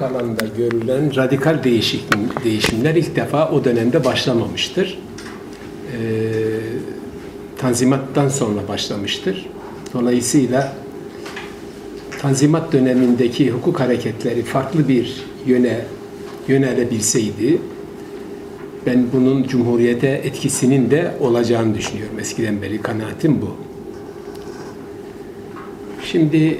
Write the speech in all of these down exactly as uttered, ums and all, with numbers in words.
hukuk alanında görülen radikal değişim, değişimler ilk defa o dönemde başlamamıştır. E, Tanzimat'tan sonra başlamıştır. Dolayısıyla Tanzimat dönemindeki hukuk hareketleri farklı bir yöne yönelebilseydi, ben bunun Cumhuriyete etkisinin de olacağını düşünüyorum. Eskiden beri kanaatim bu. Şimdi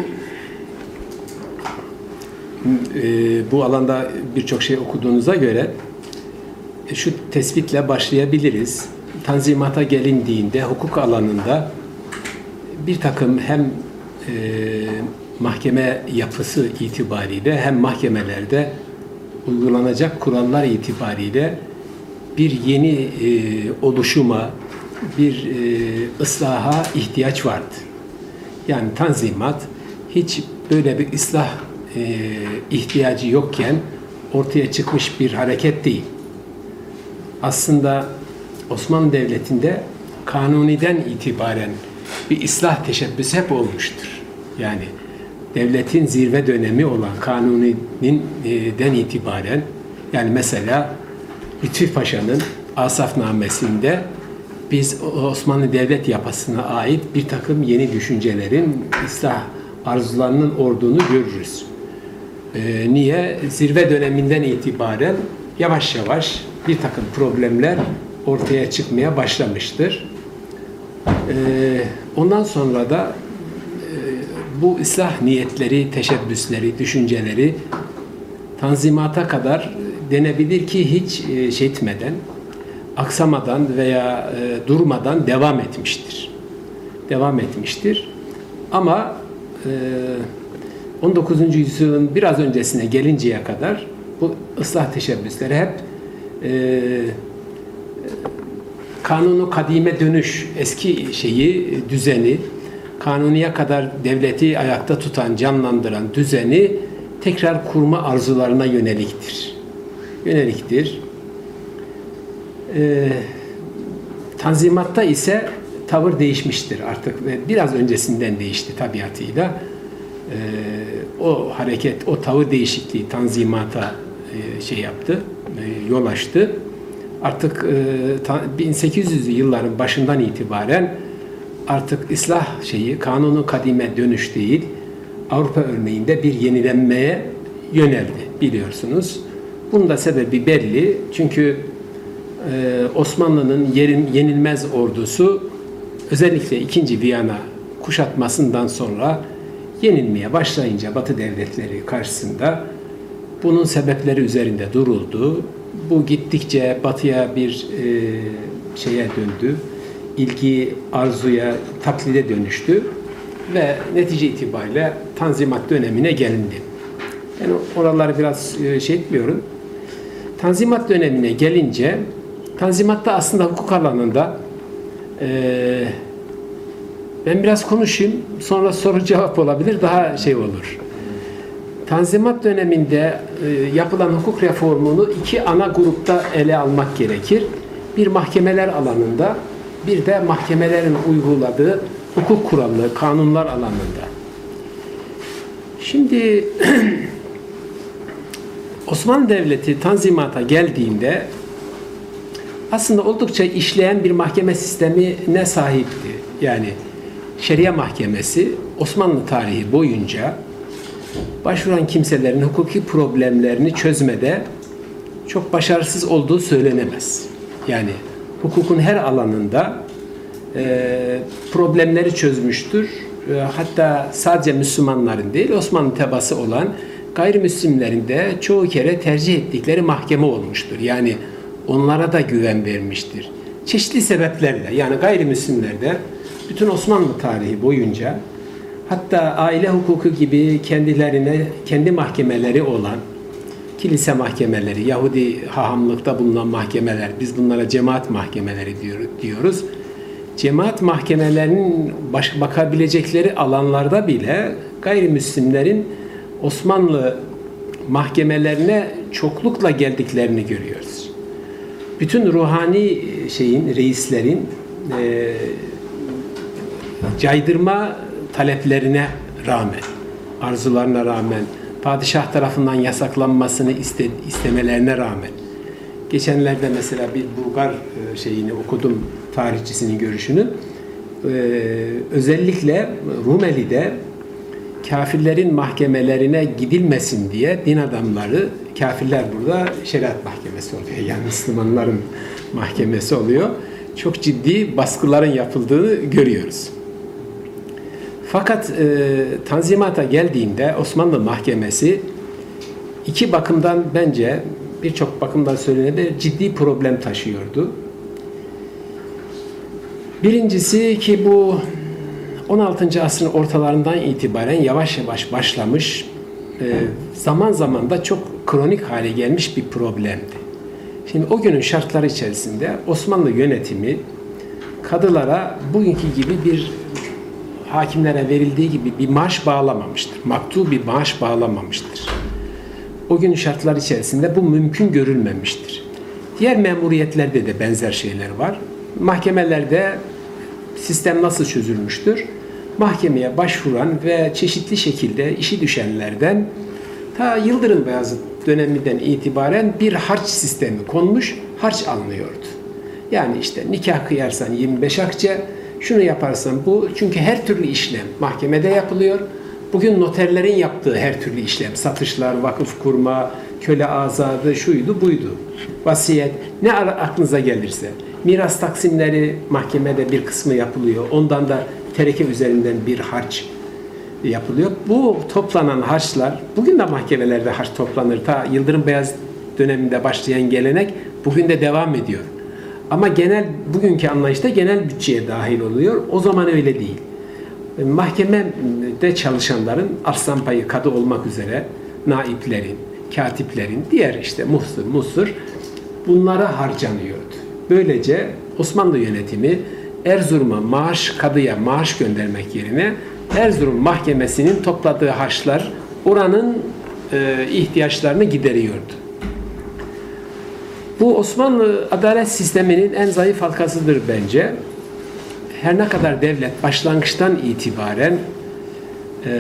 e, bu alanda birçok şey okuduğunuza göre e, şu tespitle başlayabiliriz. Tanzimata gelindiğinde hukuk alanında bir takım hem e, mahkeme yapısı itibariyle hem mahkemelerde uygulanacak kurallar itibariyle bir yeni e, oluşuma, bir e, ıslaha ihtiyaç vardı. Yani Tanzimat hiç böyle bir ıslah e, ihtiyacı yokken ortaya çıkmış bir hareket değil. Aslında Osmanlı Devleti'nde Kanuni'den itibaren bir ıslah teşebbüsü hep olmuştur. Yani devletin zirve dönemi olan Kanuni'den itibaren, yani mesela Lütfi Paşa'nın Asafnamesi'nde biz Osmanlı devlet yapısına ait bir takım yeni düşüncelerin, ıslah arzularının olduğunu görürüz. Ee, niye? Zirve döneminden itibaren yavaş yavaş bir takım problemler ortaya çıkmaya başlamıştır. Ee, ondan sonra da e, bu ıslah niyetleri, teşebbüsleri, düşünceleri Tanzimata kadar denebilir ki hiç e, şey etmeden, aksamadan veya e, durmadan devam etmiştir. Devam etmiştir. Ama e, on dokuzuncu yüzyılın biraz öncesine gelinceye kadar bu ıslah teşebbüsleri hep e, kanunu kadime dönüş, eski şeyi, düzeni, Kanuni'ye kadar devleti ayakta tutan, canlandıran düzeni tekrar kurma arzularına yöneliktir. Yöneliktir. Ee, Tanzimat'ta ise tavır değişmiştir artık ve biraz öncesinden değişti tabiatıyla. Ee, o hareket, o tavır değişikliği Tanzimat'a e, şey yaptı, e, yol açtı. Artık e, bin sekiz yüzlü yılların başından itibaren artık ıslah şeyi, kanunu kadime dönüş değil, Avrupa örneğinde bir yenilenmeye yöneldi biliyorsunuz. Bunun da sebebi belli. Çünkü e, Osmanlı'nın yerin, yenilmez ordusu özellikle ikinci. Viyana kuşatmasından sonra yenilmeye başlayınca Batı devletleri karşısında bunun sebepleri üzerinde duruldu. Bu gittikçe Batı'ya bir e, şeye döndü. İlgi, arzuya, taklide dönüştü ve netice itibariyle Tanzimat dönemine gelindi. Yani oraları biraz şey etmiyorum. Tanzimat dönemine gelince, Tanzimat'ta aslında hukuk alanında e, ben biraz konuşayım, sonra soru cevap olabilir, daha şey olur. Tanzimat döneminde e, yapılan hukuk reformunu iki ana grupta ele almak gerekir. Bir mahkemeler alanında, bir de mahkemelerin uyguladığı hukuk kuralları, kanunlar alanında. Şimdi Osmanlı Devleti Tanzimat'a geldiğinde aslında oldukça işleyen bir mahkeme sistemine sahipti. Yani Şeria Mahkemesi Osmanlı tarihi boyunca başvuran kimselerin hukuki problemlerini çözmede çok başarısız olduğu söylenemez. Yani hukukun her alanında e, problemleri çözmüştür. E, hatta sadece Müslümanların değil, Osmanlı tebaası olan gayrimüslimlerin de çoğu kere tercih ettikleri mahkeme olmuştur. Yani onlara da güven vermiştir. Çeşitli sebeplerle, yani gayrimüslimler de bütün Osmanlı tarihi boyunca, hatta aile hukuku gibi kendilerine kendi mahkemeleri olan kilise mahkemeleri, Yahudi hahamlıkta bulunan mahkemeler, biz bunlara cemaat mahkemeleri diyoruz. Cemaat mahkemelerinin baş, bakabilecekleri alanlarda bile gayrimüslimlerin Osmanlı mahkemelerine çoklukla geldiklerini görüyoruz. Bütün ruhani şeyin, reislerin e, caydırma taleplerine rağmen, arzularına rağmen padişah tarafından yasaklanmasını iste, istemelerine rağmen, geçenlerde mesela bir Bulgar e, şeyini okudum, tarihçisinin görüşünü. Ee, özellikle Rumeli'de kafirlerin mahkemelerine gidilmesin diye din adamları, kafirler burada şeriat mahkemesi oluyor. Yani Müslümanların mahkemesi oluyor. Çok ciddi baskıların yapıldığını görüyoruz. Fakat e, Tanzimat'a geldiğinde Osmanlı mahkemesi iki bakımdan bence birçok bakımdan söylenebilir ciddi problem taşıyordu. Birincisi ki bu on altıncı asrın ortalarından itibaren yavaş yavaş başlamış, zaman zaman da çok kronik hale gelmiş bir problemdi. Şimdi o günün şartları içerisinde Osmanlı yönetimi kadılara bugünkü gibi bir hakimlere verildiği gibi bir maaş bağlamamıştır. Maktul bir maaş bağlamamıştır. O günün şartları içerisinde bu mümkün görülmemiştir. Diğer memuriyetlerde de benzer şeyler var. Mahkemelerde sistem nasıl çözülmüştür? Mahkemeye başvuran ve çeşitli şekilde işi düşenlerden ta Yıldırım Beyazıt döneminden itibaren bir harç sistemi konmuş, harç alınıyordu. Yani işte nikah kıyarsan yirmi beş akçe, şunu yaparsan bu. Çünkü her türlü işlem mahkemede yapılıyor. Bugün noterlerin yaptığı her türlü işlem, satışlar, vakıf kurma, köle azadı, şuydu buydu. Vasiyet, ne aklınıza gelirse. Miras taksimleri mahkemede bir kısmı yapılıyor. Ondan da tereke üzerinden bir harç yapılıyor. Bu toplanan harçlar, bugün de mahkemelerde harç toplanır. Ta Yıldırım Beyazıt döneminde başlayan gelenek bugün de devam ediyor. Ama genel, bugünkü anlayışta genel bütçeye dahil oluyor. O zaman öyle değil. Mahkemede çalışanların arslan payı kadı olmak üzere naiplerin, katiplerin, diğer işte muhsır, musur bunlara harcanıyordu. Böylece Osmanlı yönetimi Erzurum'a maaş, kadıya maaş göndermek yerine Erzurum Mahkemesi'nin topladığı harçlar oranın e, ihtiyaçlarını gideriyordu. Bu Osmanlı adalet sisteminin en zayıf halkasıdır bence. Her ne kadar devlet başlangıçtan itibaren e,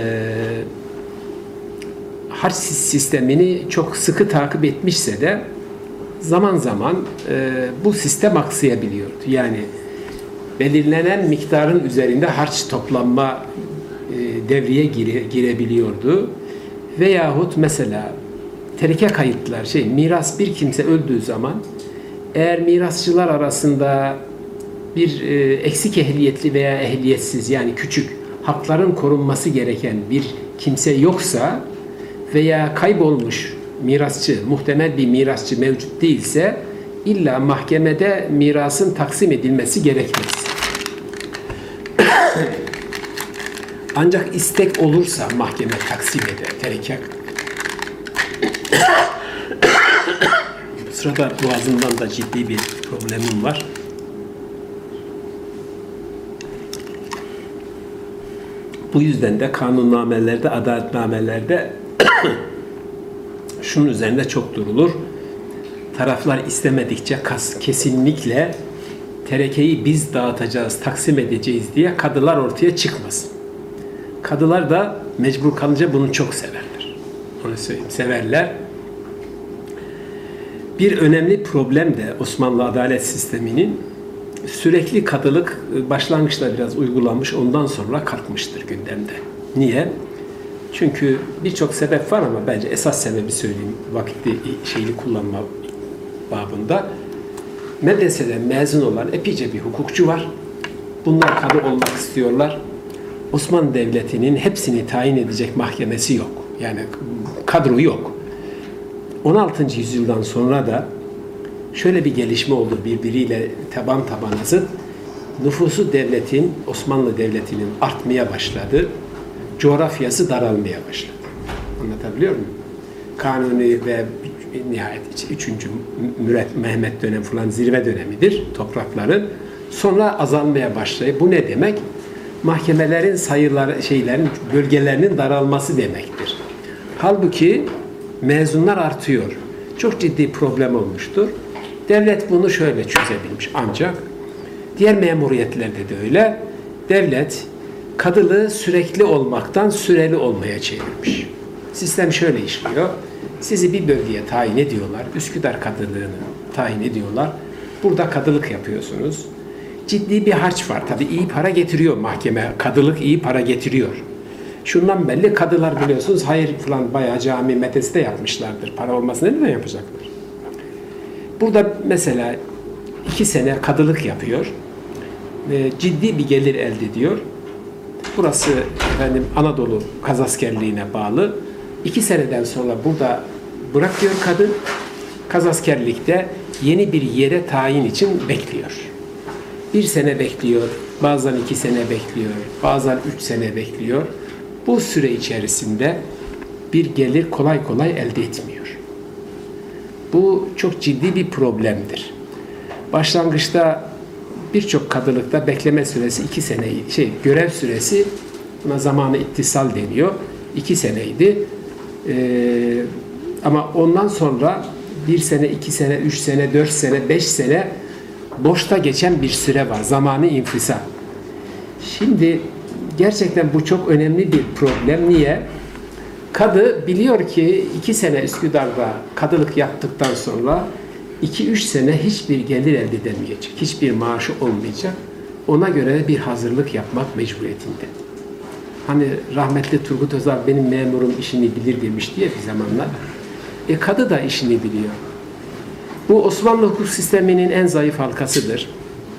harç sistemini çok sıkı takip etmişse de zaman zaman e, bu sistem aksayabiliyordu. Yani belirlenen miktarın üzerinde harç toplanma e, devreye gire, girebiliyordu. Veyahut mesela tereke kayıtlar, şey miras bir kimse öldüğü zaman eğer mirasçılar arasında bir e, eksik ehliyetli veya ehliyetsiz yani küçük hakların korunması gereken bir kimse yoksa veya kaybolmuş mirasçı, muhtemel bir mirasçı mevcut değilse illa mahkemede mirasın taksim edilmesi gerekmez. Ancak istek olursa mahkeme taksim eder, tereke. Bu sırada boğazımdan da ciddi bir problemim var. Bu yüzden de kanunnamelerde, adaletnamelerde şunun üzerinde çok durulur. Taraflar istemedikçe kas, kesinlikle terekeyi biz dağıtacağız, taksim edeceğiz diye kadılar ortaya çıkmasın. Kadılar da mecbur kalınca bunu çok severler. Onu söyleyeyim, severler. Bir önemli problem de Osmanlı adalet sisteminin sürekli kadılık başlangıçta biraz uygulanmış, ondan sonra kalkmıştır gündemde. Niye? Çünkü birçok sebep var ama bence esas sebebi söyleyeyim vakti şeyini kullanma babında. Medreseden mezun olan epeyce bir hukukçu var. Bunlar kadı olmak istiyorlar. Osmanlı Devleti'nin hepsini tayin edecek mahkemesi yok. Yani kadro yok. on altıncı yüzyıldan sonra da şöyle bir gelişme oldu birbiriyle taban tabana zıt. Nüfusu devletin, Osmanlı Devleti'nin artmaya başladı. Coğrafyası daralmaya başladı. Anlatabiliyor muyum? Kanuni ve nihayet üçüncü Müret Mehmet dönemi falan zirve dönemidir toprakların. Sonra azalmaya başlayıp bu ne demek? Mahkemelerin sayıları, şeylerin, bölgelerinin daralması demektir. Halbuki mezunlar artıyor. Çok ciddi problem olmuştur. Devlet bunu şöyle çözebilmiş ancak diğer memuriyetlerde de öyle. Devlet kadılığı sürekli olmaktan süreli olmaya çevirmiş. Sistem şöyle işliyor. Sizi bir bölgeye tayin ediyorlar. Üsküdar Kadılığını tayin ediyorlar. Burada kadılık yapıyorsunuz. Ciddi bir harç var. Tabii iyi para getiriyor mahkeme. Kadılık iyi para getiriyor. Şundan belli, kadılar biliyorsunuz hayır falan bayağı cami medrese yapmışlardır. Para olmasını neden yapacaklar? Burada mesela iki sene kadılık yapıyor. E, ciddi bir gelir elde ediyor. Burası efendim Anadolu kazaskerliğine bağlı. İki seneden sonra burada bırakıyor kadın. Kazaskerlikte yeni bir yere tayin için bekliyor. Bir sene bekliyor, bazen iki sene bekliyor, bazen üç sene bekliyor. Bu süre içerisinde bir gelir kolay kolay elde etmiyor. Bu çok ciddi bir problemdir. Başlangıçta birçok kadılıkta bekleme süresi iki sene, şey görev süresi, buna zamanı ittisal deniyor, iki seneydi. Ee, ama ondan sonra bir sene, iki sene, üç sene, dört sene, beş sene boşta geçen bir süre var. Zamanı infisa. Şimdi gerçekten bu çok önemli bir problem. Niye? Kadı biliyor ki iki sene Üsküdar'da kadılık yaptıktan sonra iki üç sene hiçbir gelir elde edemeyecek. Hiçbir maaşı olmayacak. Ona göre bir hazırlık yapmak mecburiyetinde. Hani rahmetli Turgut Özal benim memurum işini bilir demişti ya bir zamanlar. E kadı da işini biliyor. Bu Osmanlı hukuk sisteminin en zayıf halkasıdır.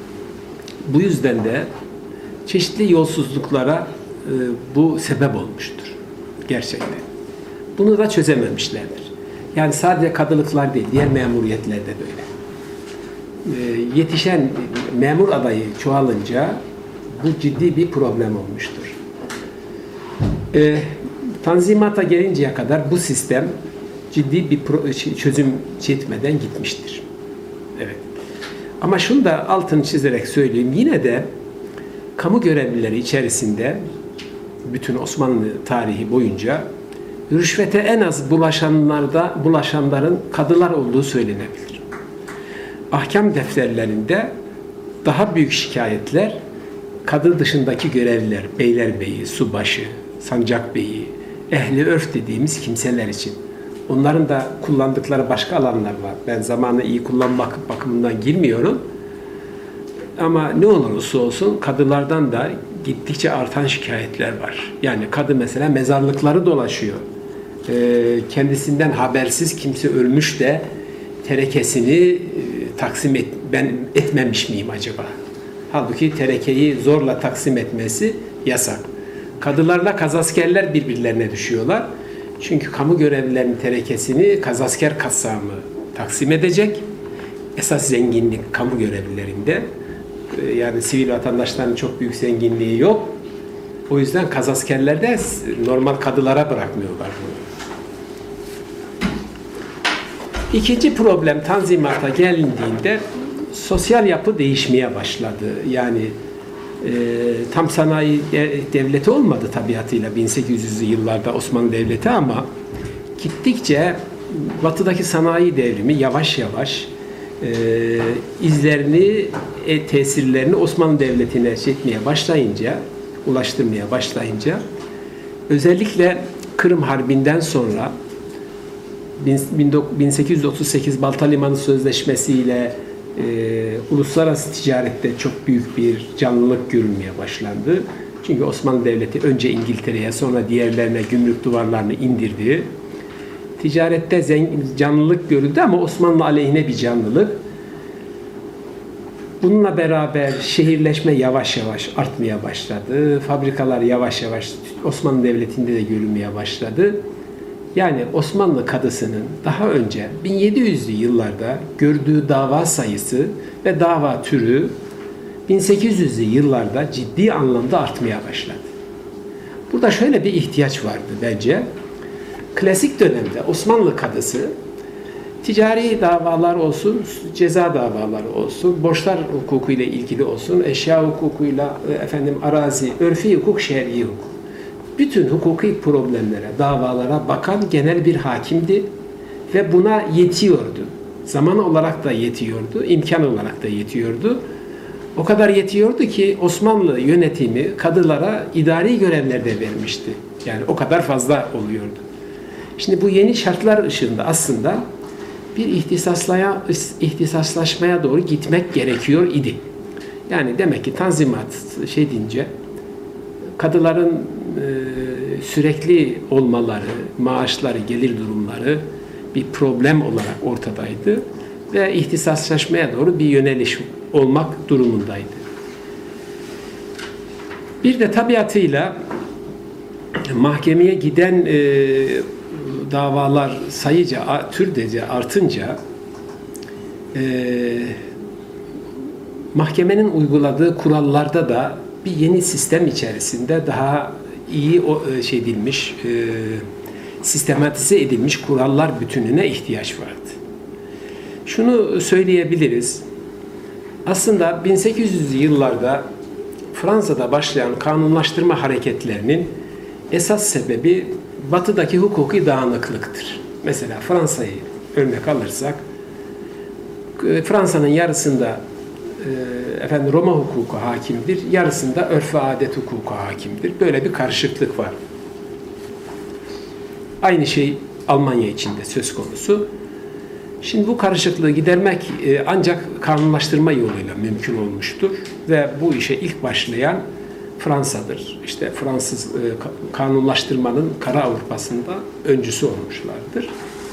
Bu yüzden de çeşitli yolsuzluklara e, bu sebep olmuştur. Gerçekten. Bunu da çözememişlerdir. Yani sadece kadılıklar değil, diğer memuriyetlerde böyle. E, yetişen memur adayı çoğalınca bu ciddi bir problem olmuştur. E, Tanzimata gelinceye kadar bu sistem ciddi bir çözüm çekmeden gitmiştir. Evet. Ama şunu da altını çizerek söyleyeyim. Yine de kamu görevlileri içerisinde bütün Osmanlı tarihi boyunca rüşvete en az bulaşanlarda bulaşanların kadılar olduğu söylenebilir. Ahkam defterlerinde daha büyük şikayetler kadı dışındaki görevliler, beylerbeyi, subaşı, sancakbeyi, ehli örf dediğimiz kimseler için. Onların da kullandıkları başka alanlar var. Ben zamanı iyi kullanmak bakımından girmiyorum. Ama ne olursa olsun kadılardan da gittikçe artan şikayetler var. Yani kadı mesela mezarlıkları dolaşıyor. Ee, kendisinden habersiz kimse ölmüş de terekesini e, taksim et, ben etmemiş miyim acaba? Halbuki terekeyi zorla taksim etmesi yasak. Kadılarla kazaskerler birbirlerine düşüyorlar. Çünkü kamu görevlilerinin terekesini kazasker kassamı taksim edecek. Esas zenginlik kamu görevlilerinde. Yani sivil vatandaşların çok büyük zenginliği yok. O yüzden kazaskerler de normal kadılara bırakmıyorlar bunu. İkinci problem Tanzimat'a gelindiğinde sosyal yapı değişmeye başladı. Yani e, tam sanayi devleti olmadı tabiatıyla bin sekiz yüzlü yıllarda Osmanlı Devleti ama gittikçe batıdaki sanayi devrimi yavaş yavaş e, izlerini, e, tesirlerini Osmanlı Devleti'ne çekmeye başlayınca, ulaştırmaya başlayınca özellikle Kırım Harbi'nden sonra bin sekiz yüz otuz sekiz Balta Limanı Sözleşmesi ile e, uluslararası ticarette çok büyük bir canlılık görülmeye başlandı. Çünkü Osmanlı Devleti önce İngiltere'ye sonra diğerlerine gümrük duvarlarını indirdi. Ticarette zengin, canlılık görüldü ama Osmanlı aleyhine bir canlılık. Bununla beraber şehirleşme yavaş yavaş artmaya başladı. Fabrikalar yavaş yavaş Osmanlı Devleti'nde de görülmeye başladı. Yani Osmanlı kadısının daha önce bin yedi yüzlü yıllarda gördüğü dava sayısı ve dava türü bin sekiz yüzlü yıllarda ciddi anlamda artmaya başladı. Burada şöyle bir ihtiyaç vardı bence. Klasik dönemde Osmanlı kadısı ticari davalar olsun, ceza davaları olsun, borçlar hukukuyla ilgili olsun, eşya hukukuyla, efendim arazi, örfi hukuk, şer'i hukuk. Bütün hukuki problemlere, davalara bakan genel bir hakimdi ve buna yetiyordu. Zaman olarak da yetiyordu, imkan olarak da yetiyordu. O kadar yetiyordu ki Osmanlı yönetimi kadılara idari görevler de vermişti. Yani o kadar fazla oluyordu. Şimdi bu yeni şartlar ışığında aslında bir ihtisaslaya, ihtisaslaşmaya doğru gitmek gerekiyor idi. Yani demek ki Tanzimat şey deyince kadıların e, sürekli olmaları, maaşları, gelir durumları bir problem olarak ortadaydı ve ihtisaslaşmaya doğru bir yöneliş olmak durumundaydı. Bir de tabiatıyla mahkemeye giden e, davalar sayıca, türdece artınca e, mahkemenin uyguladığı kurallarda da bir yeni sistem içerisinde daha iyi o, şey edilmiş, e, sistematize edilmiş kurallar bütününe ihtiyaç vardı. Şunu söyleyebiliriz. Aslında bin sekiz yüzlü yıllarda Fransa'da başlayan kanunlaştırma hareketlerinin esas sebebi batıdaki hukuki dağınıklıktır. Mesela Fransa'yı örnek alırsak, Fransa'nın yarısında e, efendim Roma hukuku hakimdir, yarısında örf ve adet hukuku hakimdir. Böyle bir karışıklık var. Aynı şey Almanya için de söz konusu. Şimdi bu karışıklığı gidermek e, ancak kanunlaştırma yoluyla mümkün olmuştur ve bu işe ilk başlayan Fransa'dır. İşte Fransız e, kanunlaştırmanın Kara Avrupa'sında öncüsü olmuşlardır.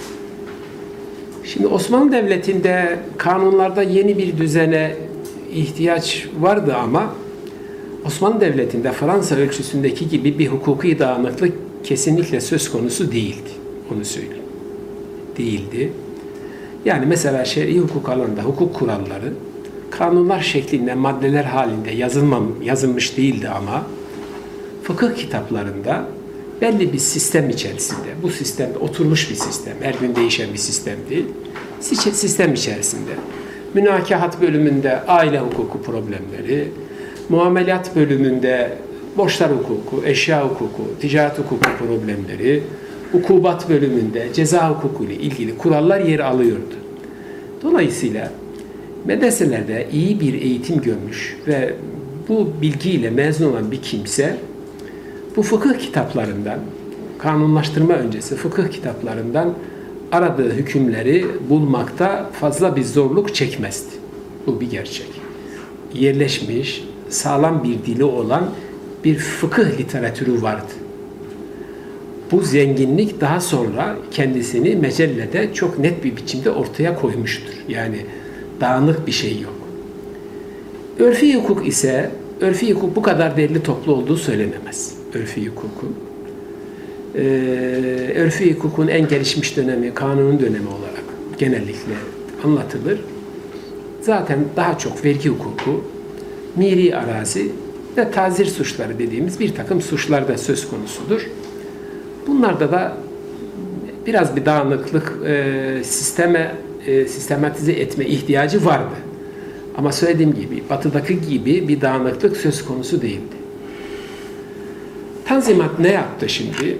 Şimdi Osmanlı Devleti'nde kanunlarda yeni bir düzene ihtiyaç vardı ama Osmanlı Devleti'nde Fransa ölçüsündeki gibi bir hukuki dağınıklık kesinlikle söz konusu değildi. Onu söyleyeyim. Değildi. Yani mesela şer'i hukuk alanında hukuk kuralları kanunlar şeklinde maddeler halinde yazılmam, yazılmış değildi ama fıkıh kitaplarında belli bir sistem içerisinde, bu sistemde oturmuş bir sistem, her gün değişen bir sistem değil, sistem içerisinde münakahat bölümünde aile hukuku problemleri, muamelat bölümünde borçlar hukuku, eşya hukuku, ticaret hukuku problemleri, ukubat bölümünde ceza hukuku ile ilgili kurallar yer alıyordu. Dolayısıyla medreselerde iyi bir eğitim görmüş ve bu bilgiyle mezun olan bir kimse bu fıkıh kitaplarından, kanunlaştırma öncesi fıkıh kitaplarından aradığı hükümleri bulmakta fazla bir zorluk çekmezdi. Bu bir gerçek. Yerleşmiş, sağlam bir dili olan bir fıkıh literatürü vardı. Bu zenginlik daha sonra kendisini mecellede çok net bir biçimde ortaya koymuştur. Yani dağınık bir şey yok. Örfi hukuk ise, örfi hukuk bu kadar değerli toplu olduğu söylenemez. Örfi hukukun. Ee, örfi hukukun en gelişmiş dönemi, kanunun dönemi olarak genellikle anlatılır. Zaten daha çok vergi hukuku, miri arazi ve tazir suçları dediğimiz bir takım suçlar da söz konusudur. Bunlarda da biraz bir dağınıklık, e, sisteme, e, sistematize etme ihtiyacı vardı. Ama söylediğim gibi, batıdaki gibi bir dağınıklık söz konusu değildi. Tanzimat ne yaptı şimdi?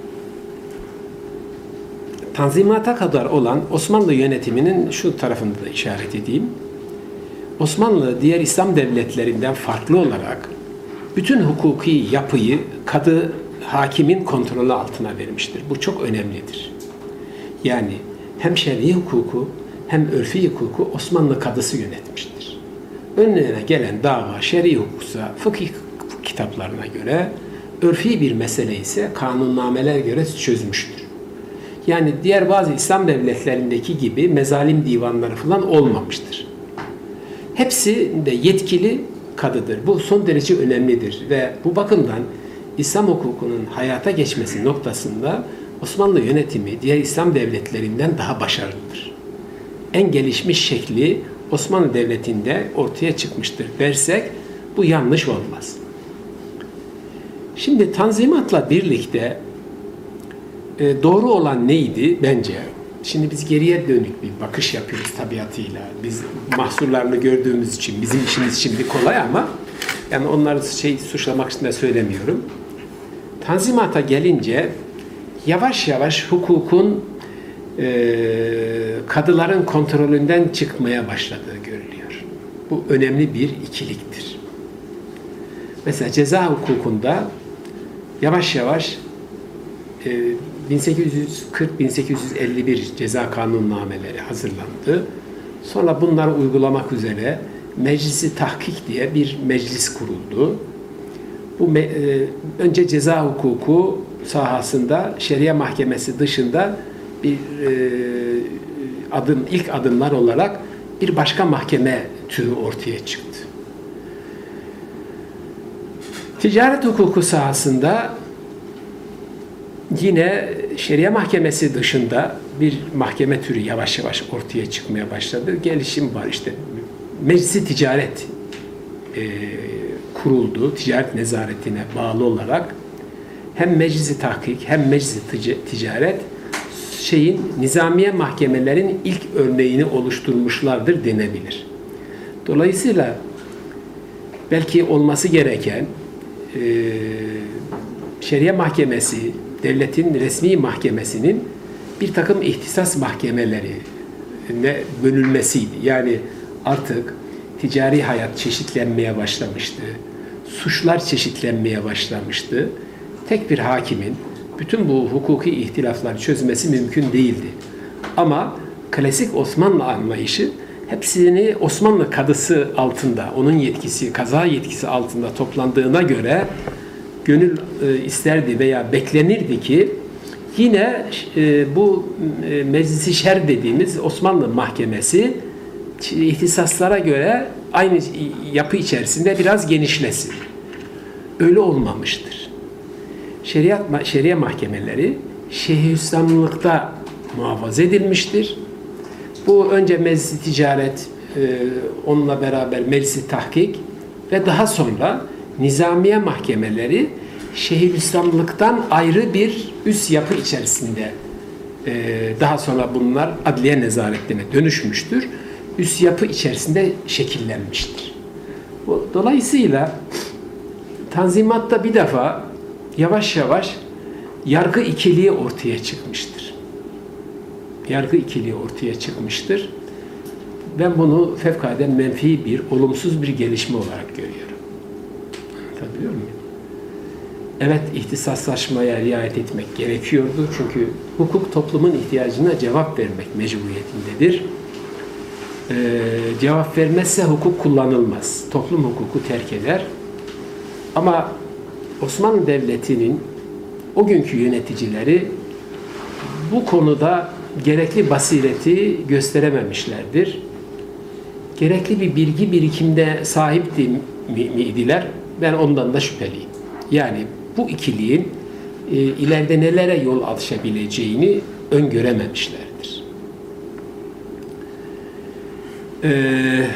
Tanzimata kadar olan Osmanlı yönetiminin şu tarafını da işaret edeyim. Osmanlı diğer İslam devletlerinden farklı olarak bütün hukuki yapıyı kadı hakimin kontrolü altına vermiştir. Bu çok önemlidir. Yani hem şer'i hukuku hem örfi hukuku Osmanlı kadısı yönetmiştir. Önüne gelen dava şer'i hukuksa fıkıh kitaplarına göre, örfi bir mesele ise kanunnamelere göre çözmüştür. Yani diğer bazı İslam devletlerindeki gibi mezalim divanları falan olmamıştır. Hepsi de yetkili kadıdır. Bu son derece önemlidir ve bu bakımdan İslam hukukunun hayata geçmesi noktasında Osmanlı yönetimi diğer İslam devletlerinden daha başarılıdır. En gelişmiş şekli Osmanlı Devleti'nde ortaya çıkmıştır dersek bu yanlış olmaz. Şimdi Tanzimat'la birlikte e, doğru olan neydi bence? Şimdi biz geriye dönük bir bakış yapıyoruz tabiatıyla. Biz mahsurlarını gördüğümüz için bizim işimiz şimdi kolay ama yani onları şey suçlamak için de söylemiyorum. Tanzimat'a gelince yavaş yavaş hukukun e, kadıların kontrolünden çıkmaya başladığı görülüyor. Bu önemli bir ikiliktir. Mesela ceza hukukunda yavaş yavaş e, bin sekiz yüz kırk bin sekiz yüz elli bir ceza kanunnameleri hazırlandı. Sonra bunları uygulamak üzere Meclisi Tahkik diye bir meclis kuruldu. Bu e, önce ceza hukuku sahasında Şeria Mahkemesi dışında bir e, adım ilk adımlar olarak bir başka mahkeme türü ortaya çıktı. Ticaret hukuku sahasında yine Şeria Mahkemesi dışında bir mahkeme türü yavaş yavaş ortaya çıkmaya başladı. Gelişim var işte. Meclisi Ticaret e, kuruldu. Ticaret nezaretine bağlı olarak hem Meclisi Tahkik hem Meclisi Ticaret şeyin nizamiye mahkemelerin ilk örneğini oluşturmuşlardır denebilir. Dolayısıyla belki olması gereken e, Şeria Mahkemesi, devletin resmi mahkemesinin bir takım ihtisas mahkemelerine bölünmesiydi. Yani artık ticari hayat çeşitlenmeye başlamıştı. Suçlar çeşitlenmeye başlamıştı. Tek bir hakimin bütün bu hukuki ihtilafları çözmesi mümkün değildi. Ama klasik Osmanlı anlayışı hepsini Osmanlı kadısı altında, onun yetkisi, kaza yetkisi altında toplandığına göre gönül e, isterdi veya beklenirdi ki yine e, bu e, Meclis-i Şer dediğimiz Osmanlı mahkemesi ihtisaslara göre aynı yapı içerisinde biraz genişlesin. Öyle olmamıştır. Şeriat, şeria mahkemeleri Şeyhülislamlıkta muhafaza edilmiştir. Bu önce Meclis-i Ticaret, e, onunla beraber Meclis-i Tahkik ve daha sonra nizamiye mahkemeleri Şeyhülislamlıktan ayrı bir üst yapı içerisinde e, daha sonra bunlar adliye nezaretine dönüşmüştür. Üst yapı içerisinde şekillenmiştir. Dolayısıyla Tanzimat'ta bir defa yavaş yavaş yargı ikiliği ortaya çıkmıştır. Yargı ikiliği ortaya çıkmıştır. Ben bunu fevkalade menfi bir, olumsuz bir gelişme olarak görüyorum. Anlatabiliyor muyum? Evet, ihtisaslaşmaya riayet etmek gerekiyordu. Çünkü hukuk toplumun ihtiyacına cevap vermek mecburiyetindedir. Ee, cevap vermezse hukuk kullanılmaz. Toplum hukuku terk eder. Ama Osmanlı Devleti'nin o günkü yöneticileri bu konuda gerekli basireti gösterememişlerdir. Gerekli bir bilgi birikimde sahipti miydiler? Ben ondan da şüpheliyim. Yani bu ikiliğin e, ileride nelere yol açabileceğini öngörememişlerdir. Ee,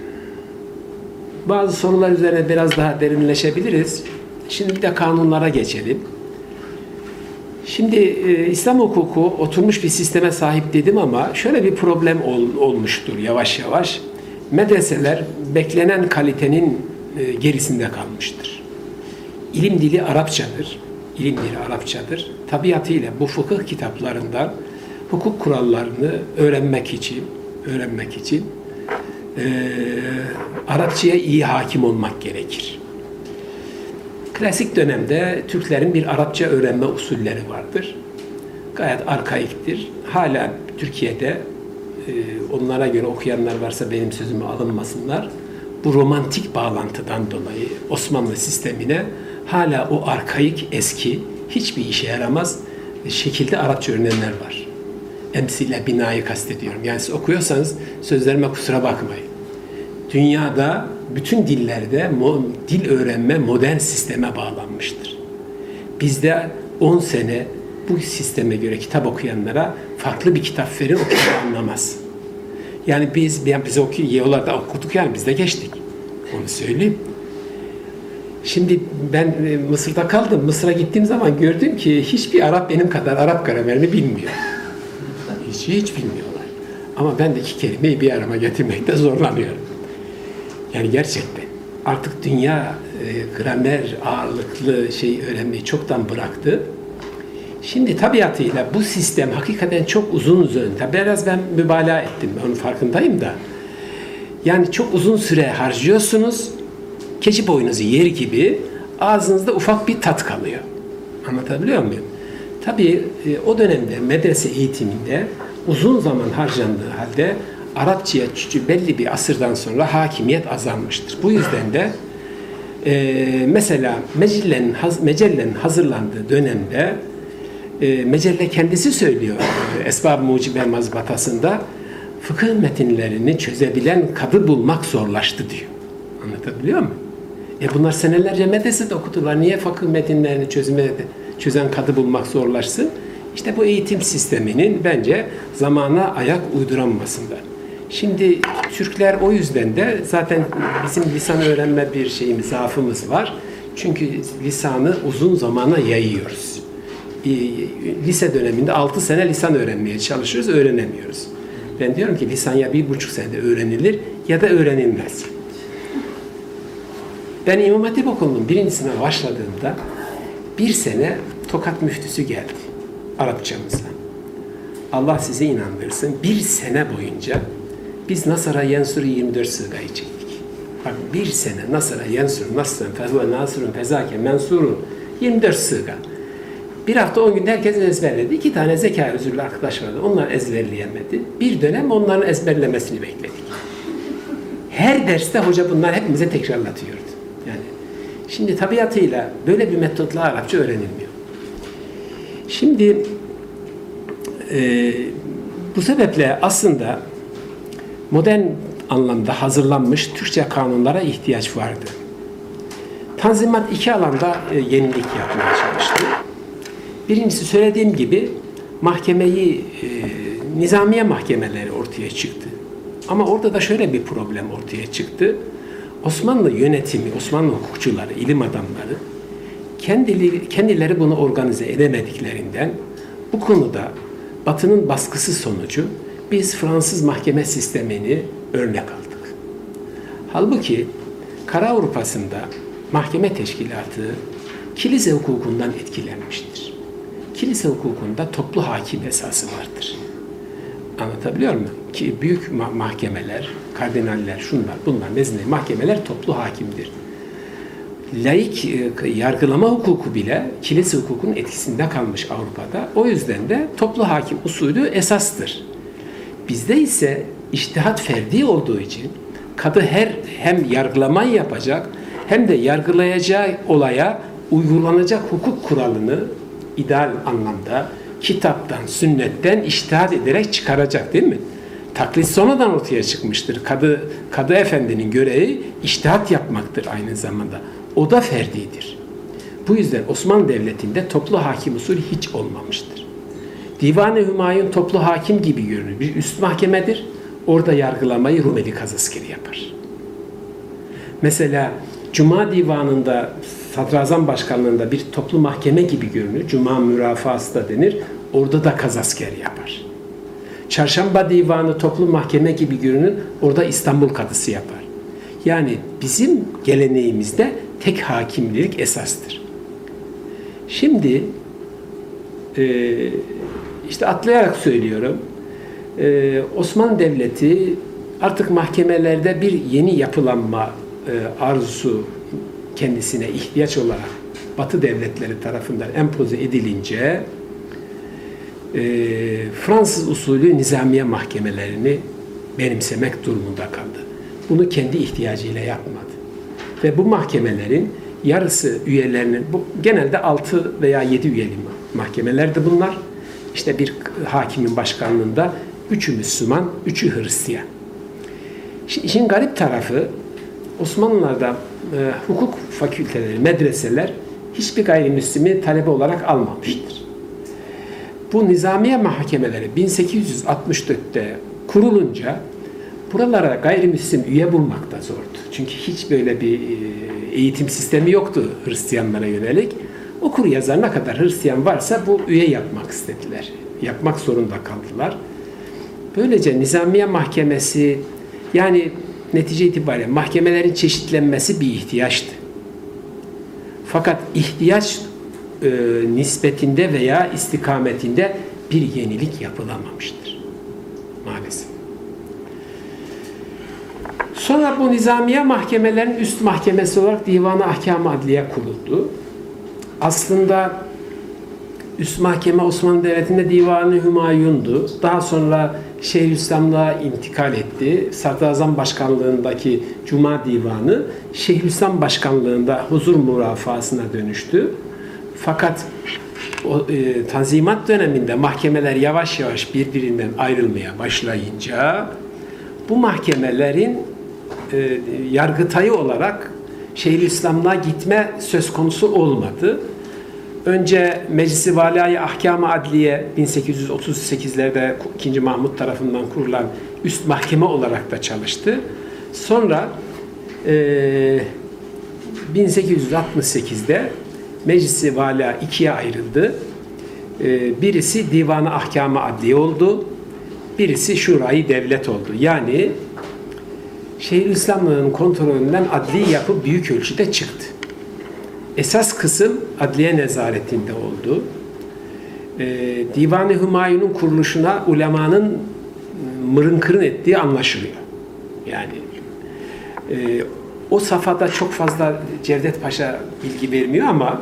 bazı sorular üzerine biraz daha derinleşebiliriz. Şimdi bir de kanunlara geçelim. Şimdi e, İslam hukuku oturmuş bir sisteme sahip dedim ama şöyle bir problem ol, olmuştur yavaş yavaş. Medreseler beklenen kalitenin e, gerisinde kalmıştır. İlim dili Arapçadır. İlim dili Arapçadır. Tabiatıyla bu fıkıh kitaplarından hukuk kurallarını öğrenmek için öğrenmek için e, Arapçaya iyi hakim olmak gerekir. Klasik dönemde Türklerin bir Arapça öğrenme usulleri vardır. Gayet arkaiktir. Hala Türkiye'de e, onlara göre okuyanlar varsa benim sözümü alınmasınlar. Bu romantik bağlantıdan dolayı Osmanlı sistemine hala o arkaik, eski, hiçbir işe yaramaz şekilde Arapça öğrenenler var. Emsile binayı kastediyorum. Yani siz okuyorsanız sözlerime kusura bakmayın. Dünyada bütün dillerde dil öğrenme modern sisteme bağlanmıştır. Bizde on sene bu sisteme göre kitap okuyanlara farklı bir kitap verin, o kitabı anlamaz. Yani biz, biz okuyorlar okuduk yani biz de geçtik. Onu söyleyeyim. Şimdi ben Mısır'da kaldım. Mısır'a gittiğim zaman gördüm ki hiçbir Arap benim kadar Arap gramerini bilmiyor. Hiç, hiç bilmiyorlar. Ama ben de iki kelimeyi bir arama getirmekte zorlanıyorum. Yani gerçekten artık dünya e, gramer ağırlıklı şey öğrenmeyi çoktan bıraktı. Şimdi tabiatıyla bu sistem hakikaten çok uzun uzun. Tabi biraz ben mübalağa ettim. Onun farkındayım da. Yani çok uzun süre harcıyorsunuz. Keçi boynuzu yer gibi ağzınızda ufak bir tat kalıyor. Anlatabiliyor muyum? Tabii e, o dönemde medrese eğitiminde uzun zaman harcandığı halde Arapçaya belli bir asırdan sonra hakimiyet azalmıştır. Bu yüzden de e, mesela Mecelle'nin, Mecelle'nin hazırlandığı dönemde e, Mecelle kendisi söylüyor e, Esbab-ı Mucibe mazbatasında fıkıh metinlerini çözebilen kadı bulmak zorlaştı diyor. Anlatabiliyor muyum? E bunlar senelerce medresede okudular. Niye fıkıh metinlerini çözme, çözen kadı bulmak zorlaşsın? İşte bu eğitim sisteminin bence zamana ayak uyduramamasından. Şimdi Türkler o yüzden de zaten bizim lisan öğrenme bir şeyimiz, zaafımız var. Çünkü lisanı uzun zamana yayıyoruz. Lise döneminde altı sene lisan öğrenmeye çalışıyoruz, öğrenemiyoruz. Ben diyorum ki lisan ya bir buçuk senede öğrenilir ya da öğrenilmez. Ben İmam Hatip Okulu'nun birinci sınıfa başladığımda bir sene Tokat müftüsü geldi Arapçamıza. Allah sizi inandırsın. Bir sene boyunca biz Nasara Yensur'u yirmi dört sığgayı çektik. Bak bir sene Nasara Yensur, Nasrın, Fehuve, Nasrın, Fezake, Mensurun yirmi dört sığga. Bir hafta on günde herkes ezberledi. İki tane zeka özürlü arkadaş vardı. Onlar ezberleyemedi. Bir dönem onların ezberlemesini bekledik. Her derste hoca bunlar hepimize tekrarlatıyordu. Yani şimdi tabiatıyla böyle bir metotla Arapça öğrenilmiyor. Şimdi e, bu sebeple aslında modern anlamda hazırlanmış Türkçe kanunlara ihtiyaç vardı. Tanzimat iki alanda e, yenilik yapmaya çalıştı. Birincisi söylediğim gibi mahkemeyi, e, nizamiye mahkemeleri ortaya çıktı. Ama orada da şöyle bir problem ortaya çıktı. Osmanlı yönetimi, Osmanlı hukukçuları, ilim adamları kendileri, kendileri bunu organize edemediklerinden bu konuda Batı'nın baskısı sonucu biz Fransız mahkeme sistemini örnek aldık. Halbuki Kara Avrupa'sında mahkeme teşkilatı kilise hukukundan etkilenmiştir. Kilise hukukunda toplu hakim esası vardır. Anlatabiliyor muyum? Ki büyük mahkemeler, kardinaller, şunlar, bunlar, nezne mahkemeler toplu hakimdir. Laik yargılama hukuku bile kilise hukukunun etkisinde kalmış Avrupa'da. O yüzden de toplu hakim usulü esastır. Bizde ise içtihat ferdi olduğu için kadı her hem yargılamayı yapacak hem de yargılayacağı olaya uygulanacak hukuk kuralını ideal anlamda kitaptan, sünnetten içtihat ederek çıkaracak, değil mi? Taklit sonradan ortaya çıkmıştır. Kadı, kadı efendinin görevi içtihat yapmaktır aynı zamanda. O da ferdidir. Bu yüzden Osmanlı Devleti'nde toplu hakim usulü hiç olmamıştır. Divan-ı Hümayun toplu hakim gibi görünür. Bir üst mahkemedir. Orada yargılamayı Rumeli Kazaskeri yapar. Mesela Cuma Divanı'nda, Sadrazam Başkanlığı'nda bir toplu mahkeme gibi görünür. Cuma mürafası da denir. Orada da Kazasker yapar. Çarşamba Divanı toplu mahkeme gibi görünür. Orada İstanbul Kadısı yapar. Yani bizim geleneğimizde tek hakimlilik esastır. Şimdi e, işte atlayarak söylüyorum. E, Osmanlı Devleti artık mahkemelerde bir yeni yapılanma e, arzusu kendisine ihtiyaç olarak Batı devletleri tarafından empoze edilince e, Fransız usulü nizamiye mahkemelerini benimsemek durumunda kaldı. Bunu kendi ihtiyacıyla yapmadı. Ve bu mahkemelerin yarısı üyelerinin, bu genelde altı veya yedi üyeli mahkemelerdi bunlar. İşte bir hakimin başkanlığında üçü Müslüman, üçü Hristiyan. Şimdi işin garip tarafı Osmanlılar'da e, hukuk fakülteleri, medreseler hiçbir gayrimüslimi talebe olarak almamıştır. Bu nizamiye mahkemeleri bin sekiz yüz altmış dörtte kurulunca buralara gayrimüslim üye bulmak da zordu. Çünkü hiç böyle bir eğitim sistemi yoktu Hristiyanlara yönelik. Okur yazar ne kadar Hristiyan varsa bu üye yapmak istediler. Yapmak zorunda kaldılar. Böylece nizamiye mahkemesi, yani netice itibariyle mahkemelerin çeşitlenmesi bir ihtiyaçtı. Fakat ihtiyaç e, nispetinde veya istikametinde bir yenilik yapılamamıştır. Maalesef. Sonra bu nizamiye mahkemelerin üst mahkemesi olarak Divan-ı Ahkam-ı Adliye kuruldu. Aslında Üst mahkeme Osmanlı Devleti'nde Divan-ı Hümayun'du. Daha sonra Şeyhülislam'la intikal etti. Sadrazam Başkanlığındaki Cuma Divanı Şeyhülislam Başkanlığında huzur mürafasına dönüştü. Fakat o, e, Tanzimat döneminde mahkemeler yavaş yavaş birbirinden ayrılmaya başlayınca bu mahkemelerin e, yargıtayı olarak Şeyhülislam'la gitme söz konusu olmadı. Önce Meclis-i Vali Ahkam-ı Adliye bin sekiz yüz otuz sekizlerde ikinci. Mahmut tarafından kurulan üst mahkeme olarak da çalıştı. Sonra e, bin sekiz yüz altmış sekizde Meclis-i Vali ikiye ayrıldı. E, birisi Divan-ı Ahkam-ı Adliye oldu. Birisi Şurayı Devlet oldu. Yani Şeyhülislam'ın kontrolünden adli yapı büyük ölçüde çıktı. Esas kısım adliye nezaretinde oldu. Ee, Divan-ı Hümayun'un kuruluşuna ulemanın mırın kırın ettiği anlaşılıyor. Yani e, o safhada çok fazla Cevdet Paşa bilgi vermiyor ama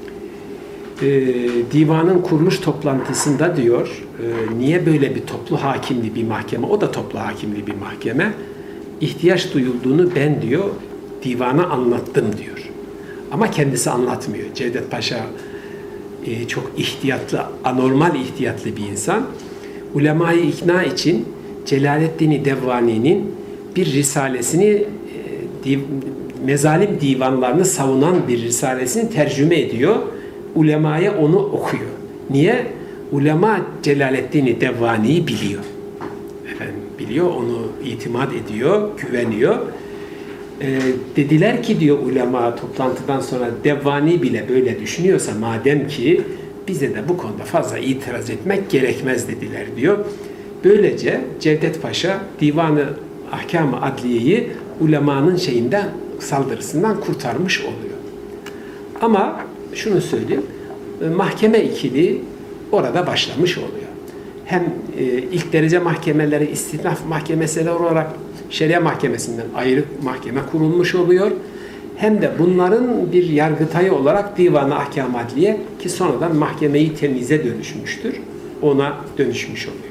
e, divanın kuruluş toplantısında diyor, e, niye böyle bir toplu hakimli bir mahkeme, o da toplu hakimli bir mahkeme, ihtiyaç duyulduğunu ben diyor divana anlattım diyor. Ama kendisi anlatmıyor. Cevdet Paşa e, çok ihtiyatlı, anormal ihtiyatlı bir insan. Ulemayı ikna için Celaleddin Devvani'nin bir risalesini, e, div, mezalim divanlarını savunan bir risalesini tercüme ediyor. Ulemaya onu okuyor. Niye? Ulema Celaleddin Devvani'yi biliyor. Efendim, biliyor, onu itimat ediyor, güveniyor. Ee, dediler ki diyor ulema toplantıdan sonra Devvani bile böyle düşünüyorsa madem ki bize de bu konuda fazla itiraz etmek gerekmez dediler diyor. Böylece Cevdet Paşa Divan-ı Ahkam-ı Adliye'yi ulemanın şeyinden, saldırısından kurtarmış oluyor. Ama şunu söyleyeyim, mahkeme ikili orada başlamış oluyor. Hem e, ilk derece mahkemeleri istinaf mahkemeleri olarak Şeria Mahkemesi'nden ayrı mahkeme kurulmuş oluyor. Hem de bunların bir yargıtayı olarak Divan-ı Ahkam Adliye ki sonradan mahkemeyi temize dönüşmüştür. Ona dönüşmüş oluyor.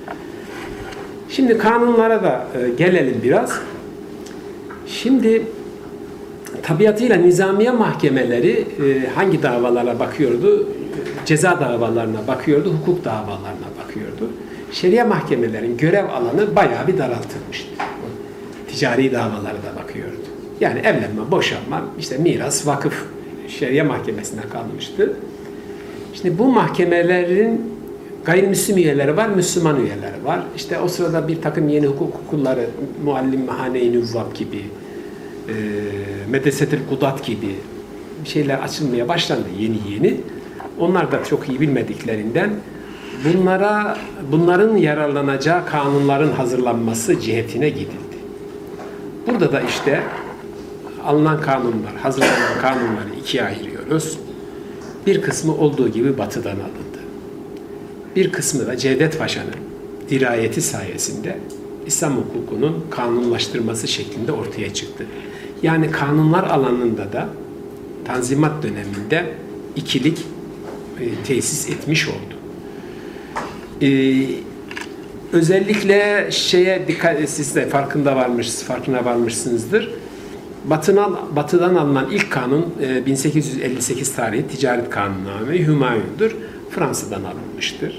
Şimdi kanunlara da e, gelelim biraz. Şimdi tabiatıyla nizamiye mahkemeleri e, hangi davalara bakıyordu? Ceza davalarına bakıyordu, hukuk davalarına bakıyordu. Şeria mahkemelerin görev alanı bayağı bir daraltılmıştı. Ticari davalara da bakıyordu. Yani evlenme, boşanma, işte miras, vakıf Şeria Mahkemesi'ne kalmıştı. Şimdi bu mahkemelerin gayrimüslim üyeleri var, Müslüman üyeleri var. İşte o sırada bir takım yeni hukuk okulları, Muallim Mehane-i Nüvvab gibi, e, Medesetül Kudat gibi şeyler açılmaya başlandı yeni yeni. Onlar da çok iyi bilmediklerinden bunlara, bunların yararlanacağı kanunların hazırlanması cihetine gidildi. Burada da işte alınan kanunlar, hazırlanan kanunları ikiye ayırıyoruz. Bir kısmı olduğu gibi Batı'dan alındı. Bir kısmı da Cevdet Paşa'nın dirayeti sayesinde İslam hukukunun kanunlaştırması şeklinde ortaya çıktı. Yani kanunlar alanında da Tanzimat döneminde ikilik e, tesis etmiş oldu. E, özellikle şeye dikkat, siz de farkında varmış, farkına varmışsınızdır. Batı'dan, Batı'dan alınan ilk kanun e, bin sekiz yüz elli sekiz tarihi Ticaret Kanunname-i Hümayun'dur. Fransa'dan alınmıştır.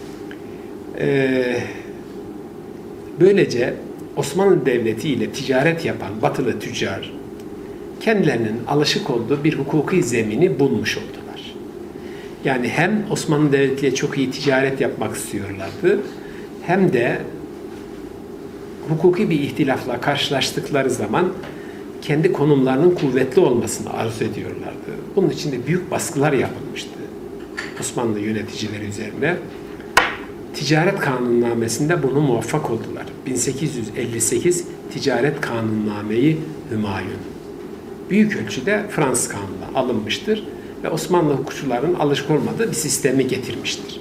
E, böylece Osmanlı Devleti ile ticaret yapan Batılı tüccar kendilerinin alışık olduğu bir hukuki zemini bulmuş oldular. Yani hem Osmanlı Devleti ile çok iyi ticaret yapmak istiyorlardı, hem de hukuki bir ihtilafla karşılaştıkları zaman kendi konumlarının kuvvetli olmasını arzu ediyorlardı. Bunun için de büyük baskılar yapılmıştı Osmanlı yöneticileri üzerine. Ticaret Kanunnamesi'nde bunu muvaffak oldular. bin sekiz yüz elli sekiz Ticaret Kanunname-i Hümayun. Büyük ölçüde Fransız kanununa alınmıştır ve Osmanlı hukukçuların alışık olmadığı bir sistemi getirmiştir.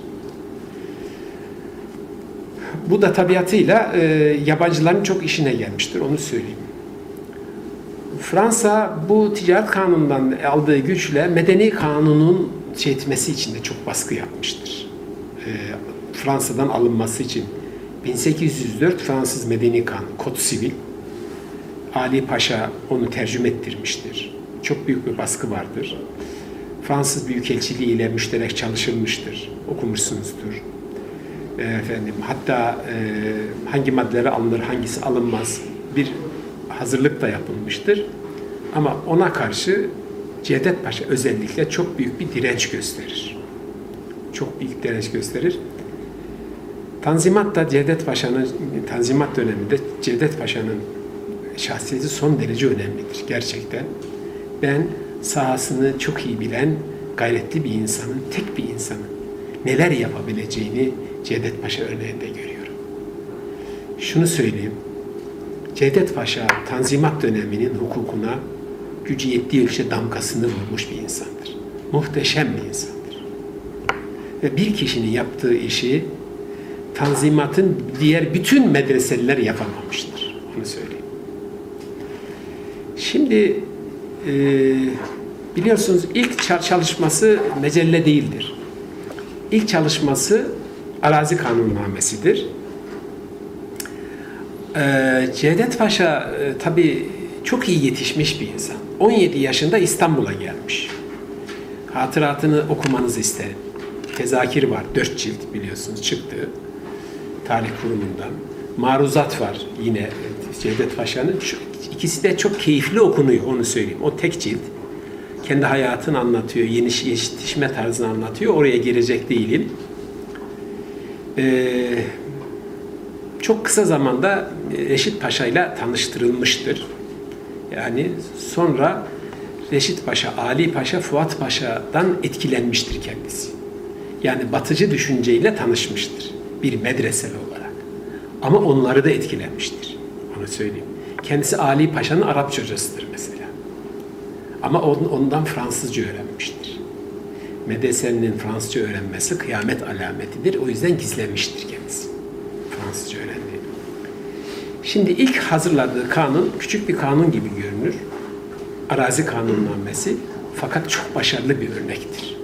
Bu da tabiatıyla e, yabancıların çok işine gelmiştir, onu söyleyeyim. Fransa bu ticaret kanunundan aldığı güçle medeni kanunun şey etmesi için de çok baskı yapmıştır. E, Fransa'dan alınması için bin sekiz yüz dört Fransız Medeni Kanunu, Kod Sivil, Ali Paşa onu tercüme ettirmiştir. Çok büyük bir baskı vardır. Fransız Büyükelçiliği ile müşterek çalışılmıştır. Okumuşsunuzdur. E, efendim, hatta e, hangi maddeleri alınır, hangisi alınmaz bir hazırlık da yapılmıştır. Ama ona karşı Cevdet Paşa özellikle çok büyük bir direnç gösterir. Çok büyük direnç gösterir. Tanzimat da Cevdet Paşa'nın, Tanzimat döneminde Cevdet Paşa'nın şahsiyeti son derece önemlidir gerçekten. Ben sahasını çok iyi bilen, gayretli bir insanın, tek bir insanın neler yapabileceğini Cevdet Paşa örneğinde görüyorum. Şunu söyleyeyim, Cevdet Paşa Tanzimat döneminin hukukuna gücü yettiği ölçüde damgasını vurmuş bir insandır. Muhteşem bir insandır. Ve bir kişinin yaptığı işi Tanzimat'ın diğer bütün medreseler yapamamıştır. Onu söyleyeyim. Şimdi e, biliyorsunuz ilk çalışması mecelle değildir. İlk çalışması Arazi Kanunnamesi'dir. E, Cevdet Paşa e, tabii çok iyi yetişmiş bir insan. on yedi yaşında İstanbul'a gelmiş. Hatıratını okumanızı isterim. Tezakir var, dört cilt biliyorsunuz çıktı. Tarih Kurumu'ndan. Maruzat var yine Cevdet Paşa'nın. İkisi de çok keyifli okunuyor, onu söyleyeyim. O tek cilt. Kendi hayatını anlatıyor, yetişme tarzını anlatıyor. Oraya girecek değilim. Ee, çok kısa zamanda Reşit Paşa ile tanıştırılmıştır. Yani sonra Reşit Paşa, Ali Paşa, Fuat Paşa'dan etkilenmiştir kendisi. Yani batıcı düşünceyle tanışmıştır. Bir medreseli olarak. Ama onları da etkilenmiştir. Onu söyleyeyim. Kendisi Ali Paşa'nın Arapça hocasıdır mesela. Ama ondan Fransızca öğrenmiştir. Medresenin Fransızca öğrenmesi kıyamet alametidir. O yüzden gizlenmiştir kendisi. Fransızca öğrendiği. Şimdi ilk hazırladığı kanun küçük bir kanun gibi görünür. Arazi Kanunnamesi. Fakat çok başarılı bir örnektir.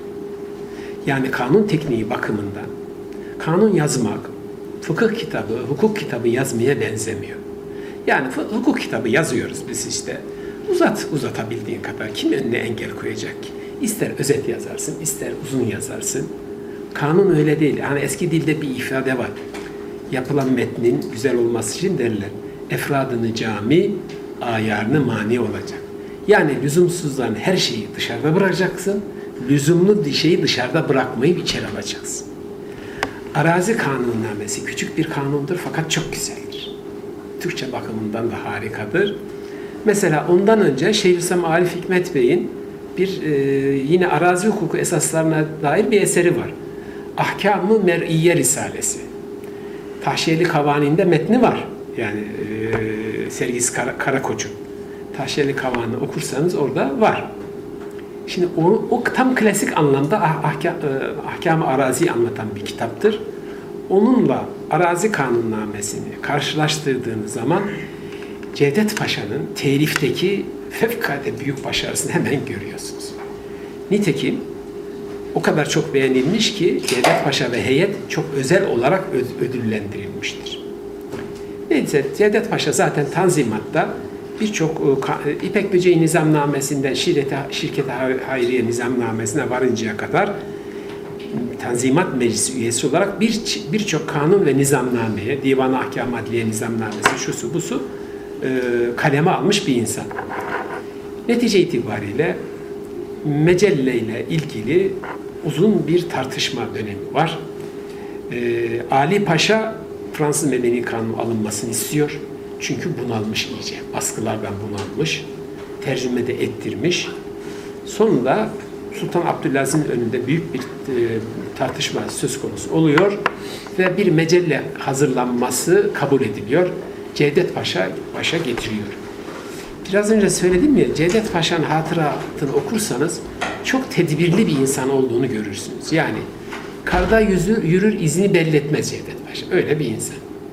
Yani kanun tekniği bakımından kanun yazmak, fıkıh kitabı, hukuk kitabı yazmaya benzemiyor. Yani hukuk kitabı yazıyoruz biz işte. Uzat, uzatabildiğin kadar. Kim önüne engel koyacak ki? İster özet yazarsın, ister uzun yazarsın. Kanun öyle değil. Hani eski dilde bir ifade var. Yapılan metnin güzel olması için derler. Efradını cami, ayarını mani olacak. Yani lüzumsuzdan her şeyi dışarıda bırakacaksın. Lüzumlu şeyi dışarıda bırakmayıp içeri alacaksın. Arazi Kanunnamesi küçük bir kanundur fakat çok güzeldir. Türkçe bakımından da harikadır. Mesela ondan önce Şeyhülislam Arif Hikmet Bey'in bir e, yine arazi hukuku esaslarına dair bir eseri var. Ahkam-ı Mer'iyye Risalesi. Tahşiyeli Kavani'nde metni var. Yani e, Sergis Kara, Karakoç'un. Tahşiyeli Kavani okursanız orada var. Şimdi o, o tam klasik anlamda ah, ahkam, e, ahkam-ı araziyi anlatan bir kitaptır. Onunla Arazi Kanunnamesini karşılaştırdığınız zaman Cevdet Paşa'nın telifteki fevkalade büyük başarısını hemen görüyorsunuz. Nitekim o kadar çok beğenilmiş ki Cevdet Paşa ve heyet çok özel olarak ödüllendirilmiştir. Neyse Cevdet Paşa zaten Tanzimat'ta birçok İpek Böceği Nizamnamesi'nden Şirket-i Şirket Hayriye Nizamnamesi'ne varıncaya kadar Tanzimat Meclisi üyesi olarak bir birçok kanun ve nizamnameye, Divan-ı Ahkam Adliye Nizamnamesi, şusu busu e, kaleme almış bir insan. Netice itibariyle mecelle ile ilgili uzun bir tartışma dönemi var. E, Ali Paşa Fransız Medeni Kanunu alınmasını istiyor. Çünkü bunalmış iyice. Baskılardan bunalmış. Tercüme de ettirmiş. Sonunda Sultan Abdülaziz'in önünde büyük bir e, tartışma söz konusu oluyor ve bir mecelle hazırlanması kabul ediliyor. Cevdet Paşa başa getiriyor. Biraz önce söyledim ya, Cevdet Paşa'nın hatıratını okursanız çok tedbirli bir insan olduğunu görürsünüz. Yani karda yüzü, yürür izini belli etmez Cevdet Paşa. Öyle bir insan.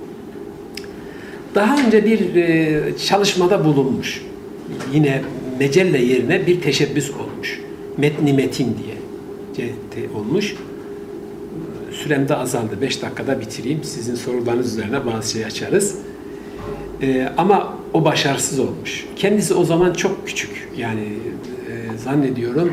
Daha önce bir e, çalışmada bulunmuş. Yine mecelle yerine bir teşebbüs olmuş. Metni metin diye. C T olmuş. Sürem de azaldı. beş dakikada bitireyim. Sizin sorularınız üzerine bazı şey açarız. Ee, ama o başarısız olmuş. Kendisi o zaman çok küçük. Yani e, zannediyorum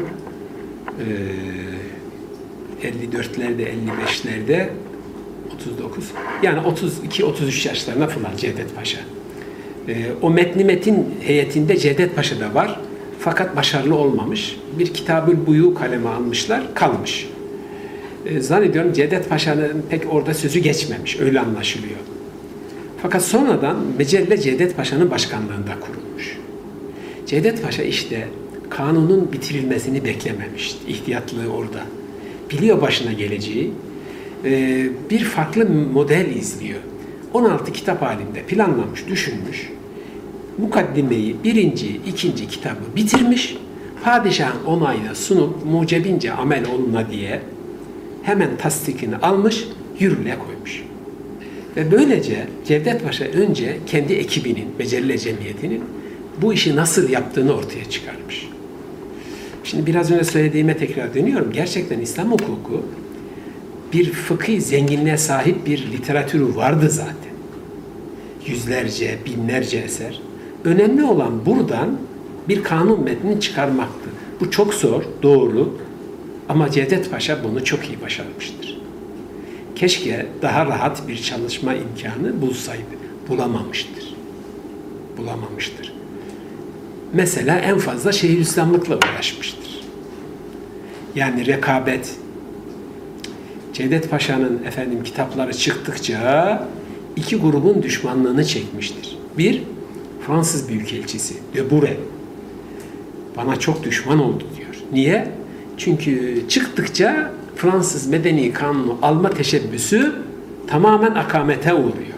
e, elli dörtlerde, elli beşlerde otuz dokuz. Yani otuz iki otuz üç yaşlarında falan Cevdet Paşa. E, o metni metin heyetinde Cevdet Paşa da var. Fakat başarılı olmamış. Bir Kitab-ül Buyu kaleme almışlar, kalmış. E, zannediyorum Cevdet Paşa'nın pek orada sözü geçmemiş. Öyle anlaşılıyor. Fakat sonradan Mecelle Cevdet Paşa'nın başkanlığında kurulmuş. Cevdet Paşa işte kanunun bitirilmesini beklememiş. İhtiyatlığı orada. Biliyor başına geleceği. E, bir farklı model izliyor. on altı kitap halinde planlamış, düşünmüş. Mukaddimeyi, birinci, ikinci kitabı bitirmiş. Padişahın onayına sunup mucebince amel oluna diye hemen tasdikini almış, yürürlüğe koymuş. Ve böylece Cevdet Paşa önce kendi ekibinin, Mecelle Cemiyeti'nin bu işi nasıl yaptığını ortaya çıkarmış. Şimdi biraz önce söylediğime tekrar dönüyorum. Gerçekten İslam hukuku bir fıkhi zenginliğe sahip bir literatürü vardı zaten. Yüzlerce, binlerce eser. Önemli olan buradan bir kanun metnini çıkarmaktı. Bu çok zor, doğru. Ama Cevdet Paşa bunu çok iyi başarmıştır. Keşke daha rahat bir çalışma imkanı bulsaydı. Bulamamıştır. Bulamamıştır. Mesela en fazla Şeyhülislamlıkla uğraşmıştır. Yani rekabet. Cevdet Paşa'nın efendim kitapları çıktıkça iki grubun düşmanlığını çekmiştir. Bir, Fransız Büyükelçisi de Bure. Bana çok düşman oldu diyor. Niye? Çünkü çıktıkça Fransız medeni kanunu alma teşebbüsü tamamen akamete uğruyor.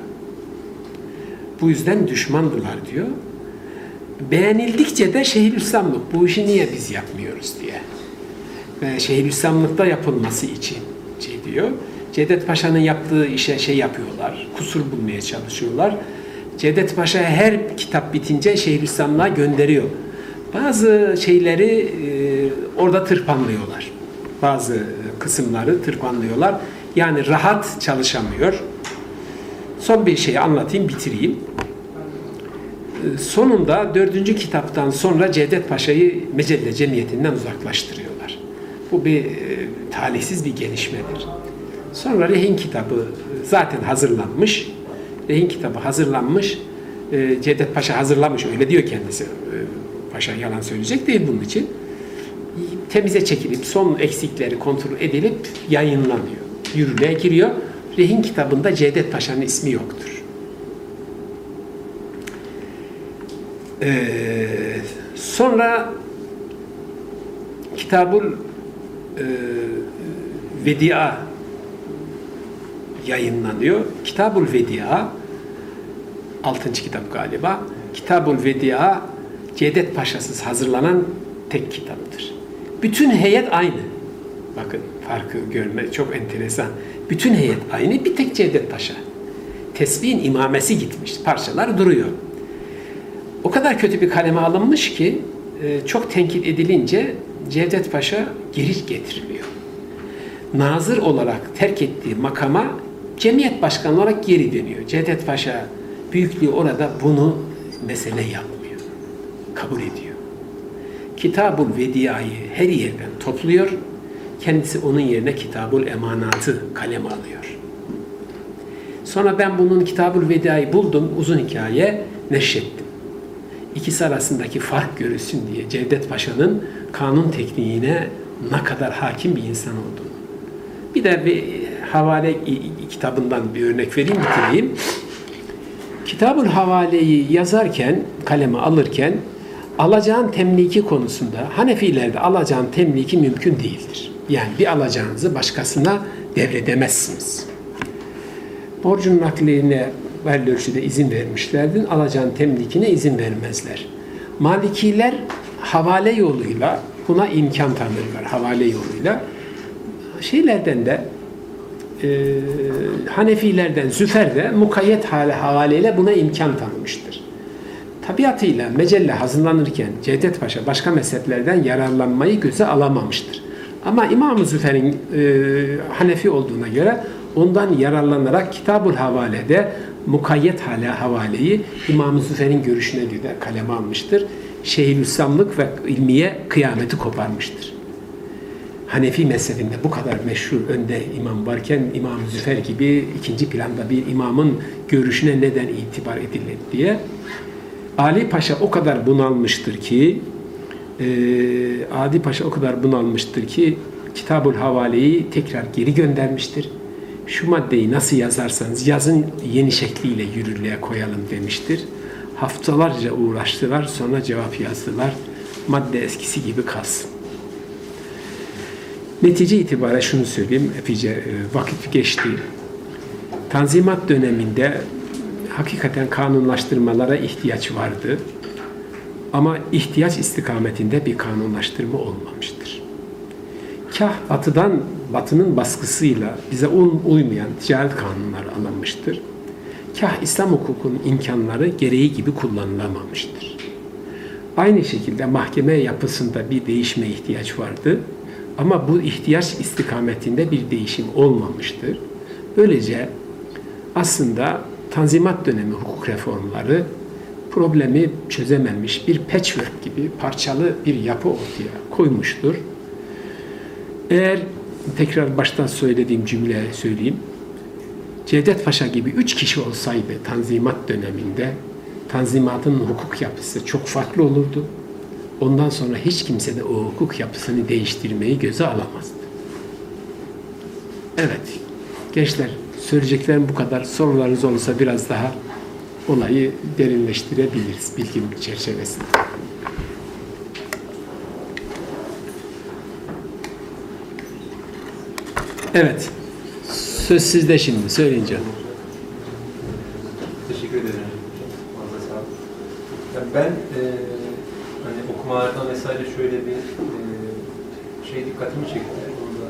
Bu yüzden düşmandılar diyor. Beğenildikçe de Şeyhülislamlık, bu işi niye biz yapmıyoruz diye. Ve Şeyhülislamlıkta yapılması için şey diyor. Cevdet Paşa'nın yaptığı işe şey yapıyorlar, kusur bulmaya çalışıyorlar. Cevdet Paşa her kitap bitince Şeyhülislamlığa gönderiyor. Bazı şeyleri e, orada tırpanlıyorlar. Bazı kısımları tırpanlıyorlar. Yani rahat çalışamıyor. Son bir şey anlatayım, bitireyim. E, sonunda dördüncü kitaptan sonra Cevdet Paşa'yı Mecelle Cemiyeti'nden uzaklaştırıyorlar. Bu bir e, talihsiz bir gelişmedir. Sonra rehin kitabı zaten hazırlanmış. Rehin kitabı hazırlanmış. E, Cevdet Paşa hazırlamış, öyle diyor kendisi. E, Paşa yalan söyleyecek değil bunun için. Temize çekilip son eksikleri kontrol edilip yayınlanıyor. Yürürlüğe giriyor. Rehin kitabında Cevdet Paşa'nın ismi yoktur. Ee, sonra Kitabul e, Vedia yayınlanıyor. Kitabul Vedia altıncı kitap galiba. Kitabul Vedia Cevdet Paşa'sız hazırlanan tek kitaptır. Bütün heyet aynı. Bakın farkı görme çok enteresan. Bütün heyet aynı, bir tek Cevdet Paşa. Tesbihin imamesi gitmiş, parçalar duruyor. O kadar kötü bir kaleme alınmış ki çok tenkit edilince Cevdet Paşa geri getiriliyor. Nazır olarak terk ettiği makama cemiyet başkanı olarak geri dönüyor. Cevdet Paşa büyüklüğü orada bunu mesele yapmıyor. Kabul ediyor. Kitabul Vedia'yı her yerden topluyor. Kendisi onun yerine Kitabul Emanat'ı kaleme alıyor. Sonra ben bunun Kitabul Vedia'yı buldum, uzun hikaye neşrettim. İkisi arasındaki fark görülsün diye Cevdet Paşa'nın kanun tekniğine ne kadar hakim bir insan olduğunu. Bir de bir havale kitabından bir örnek vereyim, bitireyim. Kitabul Havale'yi yazarken, kaleme alırken alacağın temliki konusunda Hanefilerde alacağın temliki mümkün değildir. Yani bir alacağınızı başkasına devredemezsiniz. Borcun nakline belli ölçüde izin vermişlerdir. Alacağın temlikine izin vermezler. Malikiler havale yoluyla buna imkan tanırlar. Havale yoluyla. Şeylerden de e, Hanefilerden Züfer de mukayyet hale havaleyle buna imkan tanımıştır. Tabiatıyla mecelle hazırlanırken Cevdet Paşa başka mezheplerden yararlanmayı göze alamamıştır. Ama İmam-ı Züfer'in e, Hanefi olduğuna göre ondan yararlanarak Kitab-ül Havale'de mukayyet hala havaleyi İmam-ı Züfer'in görüşüne göre kaleme almıştır. Şeyhülislamlık ve ilmiye kıyameti koparmıştır. Hanefi mezhebinde bu kadar meşhur önde imam varken İmam-ı Züfer gibi ikinci planda bir imamın görüşüne neden itibar edilir diye Ali Paşa o kadar bunalmıştır ki e, Adi Paşa o kadar bunalmıştır ki Kitab-ül Havale'yi tekrar geri göndermiştir. Şu maddeyi nasıl yazarsanız yazın yeni şekliyle yürürlüğe koyalım demiştir. Haftalarca uğraştılar, sonra cevap yazdılar. Madde eskisi gibi kalsın. Netice itibariyle şunu söyleyeyim, epeyce vakit geçti. Tanzimat döneminde hakikaten kanunlaştırmalara ihtiyaç vardı. Ama ihtiyaç istikametinde bir kanunlaştırma olmamıştır. Kah batıdan, batının baskısıyla bize uymayan ticaret kanunları alınmıştır. Kah İslam hukukunun imkanları gereği gibi kullanılamamıştır. Aynı şekilde mahkeme yapısında bir değişime ihtiyaç vardı. Ama bu ihtiyaç istikametinde bir değişim olmamıştır. Böylece aslında Tanzimat dönemi hukuk reformları problemi çözememiş bir patchwork gibi parçalı bir yapı ortaya koymuştur. Eğer tekrar baştan söylediğim cümle söyleyeyim. Cevdet Paşa gibi üç kişi olsaydı Tanzimat döneminde Tanzimat'ın hukuk yapısı çok farklı olurdu. Ondan sonra hiç kimse de o hukuk yapısını değiştirmeyi göze alamazdı. Evet, gençler söyleyeceklerim bu kadar. Sorularınız olursa biraz daha olayı derinleştirebiliriz bilgim çerçevesinde. Evet, söz sizde şimdi. Söyleyin canım. Teşekkür ederim. Fazla sağ olun. Yani ben e, hani okumalardan vesaire şöyle bir e, şey dikkatimi çekti. Burada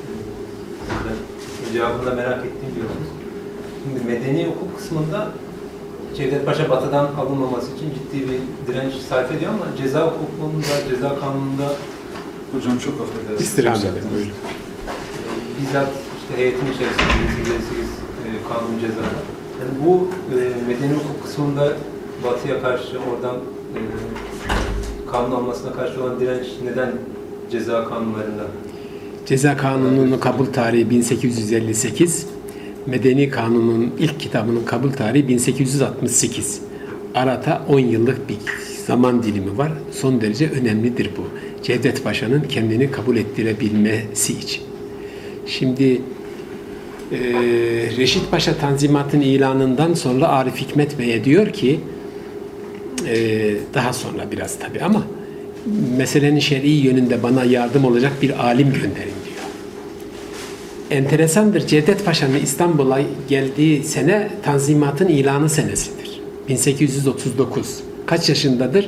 e, cevabını da merak ettiğim diyorsunuz. Şimdi medeni hukuk kısmında Cevdet Paşa Batı'dan alınmaması için ciddi bir direnç sarf ediyor ama ceza hukukunda, ceza kanununda hocam çok affedersiniz. İstirham edin. Buyurun. Bizzat işte heyetin içerisinde bin sekiz yüz sekiz e, kanun ceza. Yani bu e, medeni hukuk kısmında Batı'ya karşı oradan e, kanun almasına karşı olan direnç neden ceza kanunlarında? Ceza kanununun kabul tarihi bin sekiz yüz elli sekiz, Medeni Kanun'un ilk kitabının kabul tarihi bin sekiz yüz altmış sekiz. Arada on yıllık bir zaman dilimi var. Son derece önemlidir bu. Cevdet Paşa'nın kendini kabul ettirebilmesi için. Şimdi e, Reşit Paşa Tanzimat'ın ilanından sonra Arif Hikmet Bey'e diyor ki e, daha sonra biraz tabii ama meselenin şer'i yönünde bana yardım olacak bir alim gönderin diyor. Enteresandır. Cevdet Paşa'nın İstanbul'a geldiği sene Tanzimat'ın ilanı senesidir. bin sekiz yüz otuz dokuz. Kaç yaşındadır?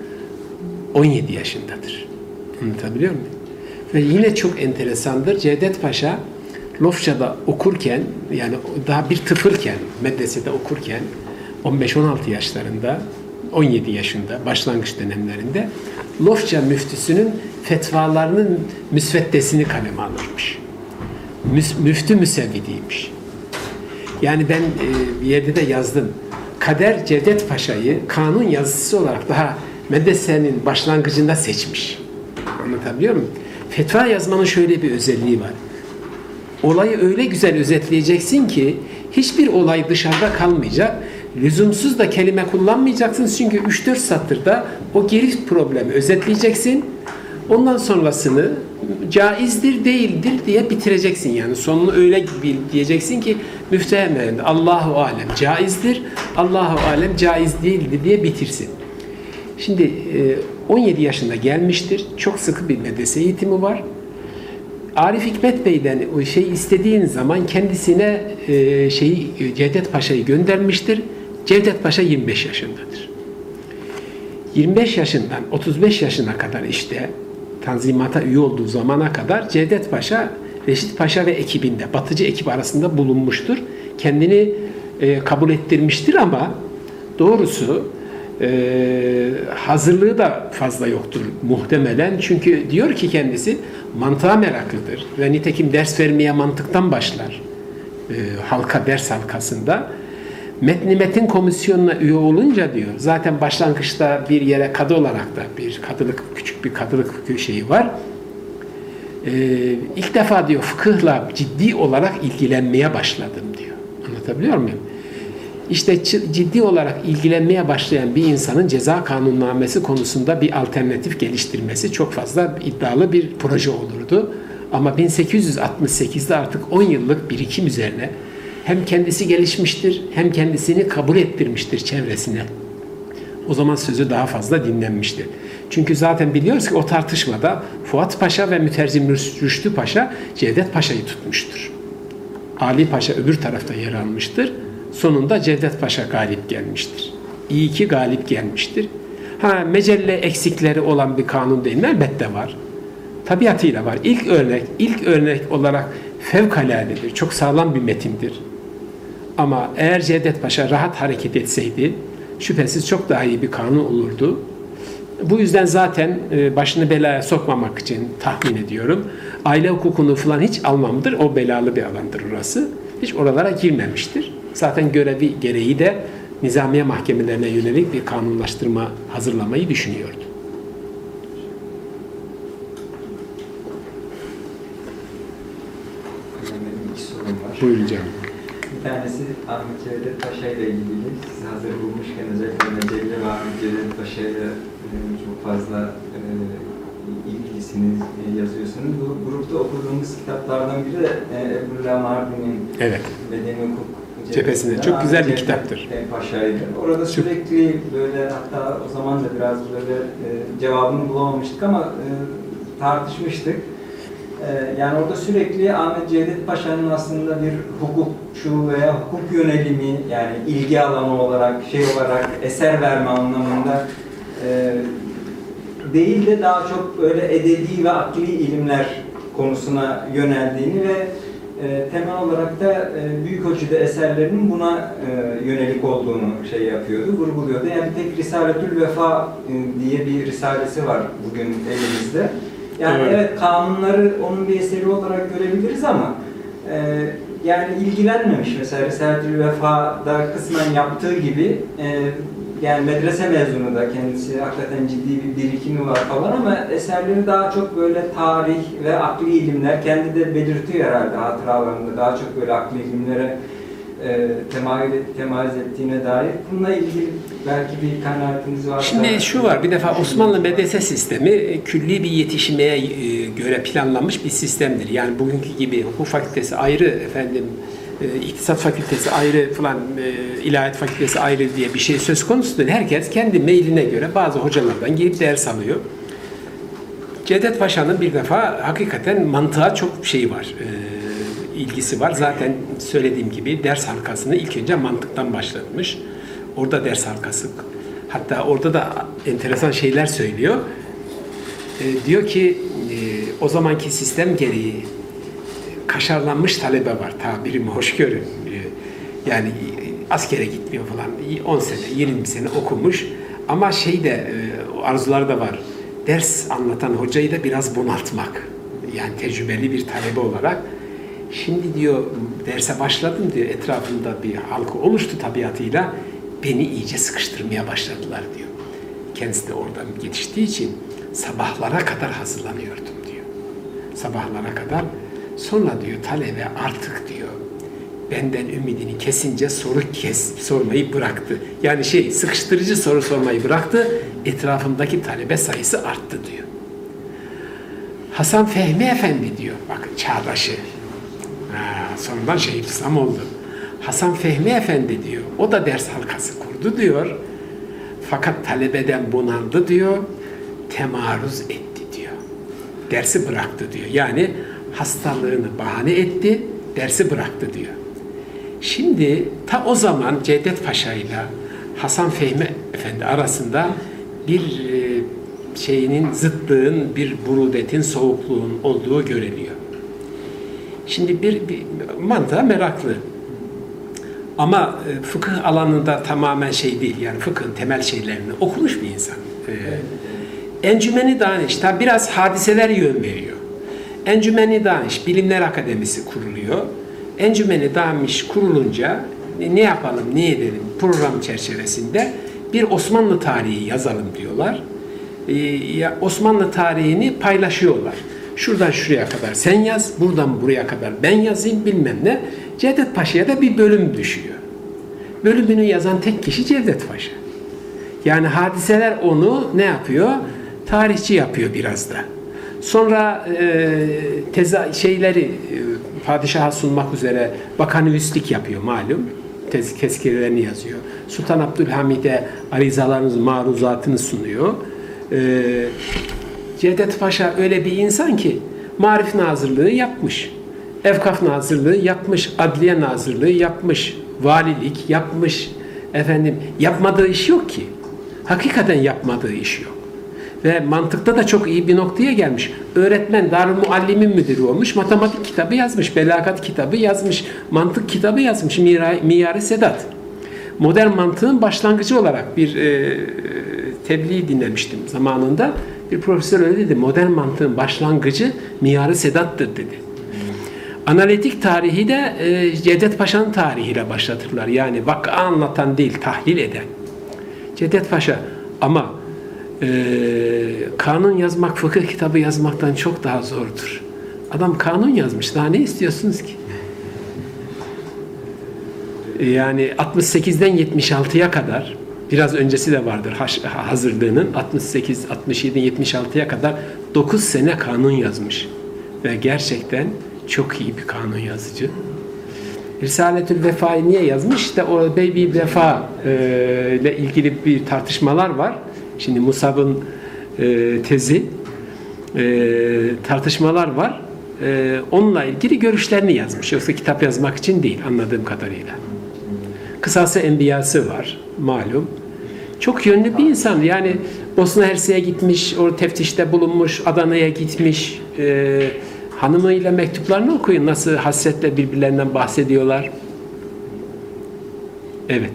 on yedi yaşındadır. Anlatabiliyor muyum? Ve yine çok enteresandır. Cevdet Paşa Lofça'da okurken, yani daha bir tıfılken, medresede okurken on beş on altı yaşlarında, on yedi yaşında, başlangıç dönemlerinde Lofça müftüsünün fetvalarının müsveddesini kaleme alırmış. Müftü müsevvidiymiş. Yani ben e, bir yerde de yazdım. Kader Cevdet Paşa'yı kanun yazısı olarak daha medresenin başlangıcında seçmiş. Anlatabiliyor muyum? Fetva yazmanın şöyle bir özelliği var. Olayı öyle güzel özetleyeceksin ki hiçbir olay dışarıda kalmayacak. Lüzumsuz da kelime kullanmayacaksın çünkü üç dört satırda o girift problemi özetleyeceksin. Ondan sonrasını caizdir, değildir diye bitireceksin. Yani sonunu öyle diyeceksin ki müftehemen Allahu alem caizdir, Allahu alem caiz değildir diye bitirsin. Şimdi on yedi yaşında gelmiştir. Çok sıkı bir medrese eğitimi var. Arif Hikmet Bey'den o şey istediğin zaman kendisine e, şeyi Cevdet Paşa'yı göndermiştir. Cevdet Paşa yirmi beş yaşındadır. yirmi beş yaşından otuz beş yaşına kadar işte Tanzimat'a üye olduğu zamana kadar Cevdet Paşa, Reşit Paşa ve ekibinde, Batıcı ekip arasında bulunmuştur. Kendini e, kabul ettirmiştir ama doğrusu Ee, hazırlığı da fazla yoktur muhtemelen. Çünkü diyor ki kendisi mantığa meraklıdır ve nitekim ders vermeye mantıktan başlar. Ee, halka ders halkasında. Metni metin komisyonuna üye olunca diyor, zaten başlangıçta bir yere kadı olarak da bir kadılık, küçük bir kadılık şeyi var. Ee, ilk defa diyor fıkıhla ciddi olarak ilgilenmeye başladım diyor. Anlatabiliyor muyum? İşte ciddi olarak ilgilenmeye başlayan bir insanın ceza kanunnamesi konusunda bir alternatif geliştirmesi çok fazla iddialı bir proje olurdu. Ama bin sekiz yüz altmış sekizde artık on yıllık birikim üzerine hem kendisi gelişmiştir, hem kendisini kabul ettirmiştir çevresine. O zaman sözü daha fazla dinlenmiştir. Çünkü zaten biliyoruz ki o tartışmada Fuat Paşa ve Müterzim Rüştü Paşa Cevdet Paşa'yı tutmuştur. Ali Paşa öbür tarafta yer almıştır. Sonunda Cevdet Paşa galip gelmiştir. İyi ki galip gelmiştir. Ha, mecelle eksikleri olan bir kanun değil mi? Elbette var. Tabiatıyla var. İlk örnek, ilk örnek olarak fevkaladedir. Çok sağlam bir metindir. Ama eğer Cevdet Paşa rahat hareket etseydi şüphesiz çok daha iyi bir kanun olurdu. Bu yüzden zaten başını belaya sokmamak için tahmin ediyorum. Aile hukukunu falan hiç almamdır. O belalı bir alandır orası. Hiç oralara girmemiştir. Zaten görevi gereği de nizamiye mahkemelerine yönelik bir kanunlaştırma hazırlamayı düşünüyordu. Benim iki sorum var. Buyurun canım. Bir tanesi Ahmet Cevdet Paşa ile ilgili. Siz hazır bulmuşken özellikle Mecelle ve Ahmet Cevdet Paşa ile çok fazla e, ilgisini e, yazıyorsunuz. Bu grupta okuduğumuz kitaplardan biri de e, Ebru'l Mardin'in Evet. Medeni Hukuk Cephesinde. Çok güzel bir kitaptır. Paşa'ydı. Orada sürekli böyle, hatta o zaman da biraz böyle e, cevabını bulamamıştık ama e, tartışmıştık. E, yani orada sürekli Ahmet Cevdet Paşa'nın aslında bir hukukçu veya hukuk yönelimi, yani ilgi alanı olarak, şey olarak eser verme anlamında e, değil de daha çok böyle edebi ve akli ilimler konusuna yöneldiğini ve E, temel olarak da e, büyük ölçüde eserlerinin buna e, yönelik olduğunu şey yapıyordu, vurguluyordu. Yani tek Risaletül Vefa e, diye bir risalesi var bugün elimizde. Yani evet, evet kanunları onun bir eseri olarak görebiliriz ama e, yani ilgilenmemiş. Mesela Risaletül Vefa'da kısmen yaptığı gibi e, yani medrese mezunu da kendisi, hakikaten ciddi bir birikimi var falan ama eserleri daha çok böyle tarih ve akli ilimler, kendi de belirtiyor herhalde hatıralarında, daha çok böyle akli ilimlere e, temayül, temayüz ettiğine dair. Bununla ilgili belki bir kanaatiniz varsa... Şimdi şu var, bir defa Osmanlı medrese sistemi külli bir yetişmeye göre planlanmış bir sistemdir. Yani bugünkü gibi hukuk fakültesi ayrı, efendim İktisat fakültesi ayrı falan, ilahiyat fakültesi ayrı diye bir şey söz konusu değil. Herkes kendi meyline göre bazı hocalardan girip ders alıyor. Cevdet Paşa'nın bir defa hakikaten mantığa çok şey var, e, ilgisi var. Zaten söylediğim gibi ders halkasını ilk önce mantıktan başlatmış. Orada ders halkası, hatta orada da enteresan şeyler söylüyor. E, diyor ki e, o zamanki sistem gereği kaşarlanmış talebe var, tabirimi hoş görün. Yani askere gitmiyor falan, on sene, yirmi sene okumuş ama şey de, arzuları da var. Ders anlatan hocayı da biraz bunaltmak. Yani tecrübeli bir talebe olarak. Şimdi diyor, derse başladım diyor, etrafında bir halka oluştu tabiatıyla. Beni iyice sıkıştırmaya başladılar diyor. Kendisi de oradan yetiştiği için sabahlara kadar hazırlanıyordum diyor. Sabahlara kadar. Sonra diyor talebe artık diyor benden ümidini kesince soru kes, sormayı bıraktı. Yani şey, sıkıştırıcı soru sormayı bıraktı. Etrafımdaki talebe sayısı arttı diyor. Hasan Fehmi Efendi diyor. Bakın çağdaşı. Ha, sonradan Şeyhülislam oldu. Hasan Fehmi Efendi diyor. O da ders halkası kurdu diyor. Fakat talebeden bunaldı diyor. Temaruz etti diyor. Dersi bıraktı diyor. Yani hastalığını bahane etti, dersi bıraktı diyor. Şimdi ta o zaman Cevdet Paşa ile Hasan Fehmi Efendi arasında bir e, şeyinin, zıtlığın, bir burudetin, soğukluğun olduğu görülüyor. Şimdi bir, bir mantığa meraklı. Ama e, fıkıh alanında tamamen şey değil, yani fıkhın temel şeylerini okumuş bir insan. E, Encümeni Daniş, tabi biraz hadiseler yön veriyor. Encümeni Daniş Bilimler Akademisi kuruluyor. Encümeni Daniş kurulunca ne yapalım, ne edelim program çerçevesinde bir Osmanlı tarihi yazalım diyorlar. Ee, ya Osmanlı tarihini paylaşıyorlar. Şuradan şuraya kadar sen yaz, buradan buraya kadar ben yazayım bilmem ne. Cevdet Paşa'ya da bir bölüm düşüyor. Bölümünü yazan tek kişi Cevdet Paşa. Yani hadiseler onu ne yapıyor? Tarihçi yapıyor biraz da. Sonra e, teza şeyleri e, padişaha sunmak üzere bakanüvistik yapıyor malum. Tez tezkirelerini yazıyor. Sultan Abdülhamid'e arizalarınız, maruzatını sunuyor. E, Cevdet Paşa öyle bir insan ki Marif Nazırlığı yapmış. Evkaf Nazırlığı yapmış, Adliye Nazırlığı yapmış, valilik yapmış. Efendim yapmadığı iş yok ki. Hakikaten yapmadığı iş yok. Ve mantıkta da çok iyi bir noktaya gelmiş. Öğretmen, Darül Muallim'in müdürü olmuş, matematik kitabı yazmış, belagat kitabı yazmış, mantık kitabı yazmış, Miyar-ı Sedat. Modern mantığın başlangıcı olarak bir e, tebliğ dinlemiştim zamanında. Bir profesör öyle dedi, modern mantığın başlangıcı Miyar-ı Sedat'tır dedi. Analitik tarihi de e, Cevdet Paşa'nın tarihiyle başlatırlar. Yani vaka anlatan değil, tahlil eden. Cevdet Paşa ama e, kanun yazmak, fıkıh kitabı yazmaktan çok daha zordur. Adam kanun yazmış, daha ne istiyorsunuz ki? E, yani altmış sekizden yetmiş altıya kadar, biraz öncesi de vardır hazırlığının, altmış sekiz, altmış yedi, yetmiş altıya kadar dokuz sene kanun yazmış. Ve gerçekten çok iyi bir kanun yazıcı. Risaletül Vefa'yı niye yazmış? İşte o Beybi Vefa e, ile ilgili bir tartışmalar var. Şimdi Musab'ın e, tezi e, tartışmalar var. E, onunla ilgili görüşlerini yazmış. Yoksa kitap yazmak için değil anladığım kadarıyla. Kısası Enbiyası var malum. Çok yönlü bir insan. Yani Bosna Hersek'e gitmiş, orada teftişte bulunmuş, Adana'ya gitmiş. E, hanımıyla mektuplarını okuyun. Nasıl hasretle birbirlerinden bahsediyorlar. Evet.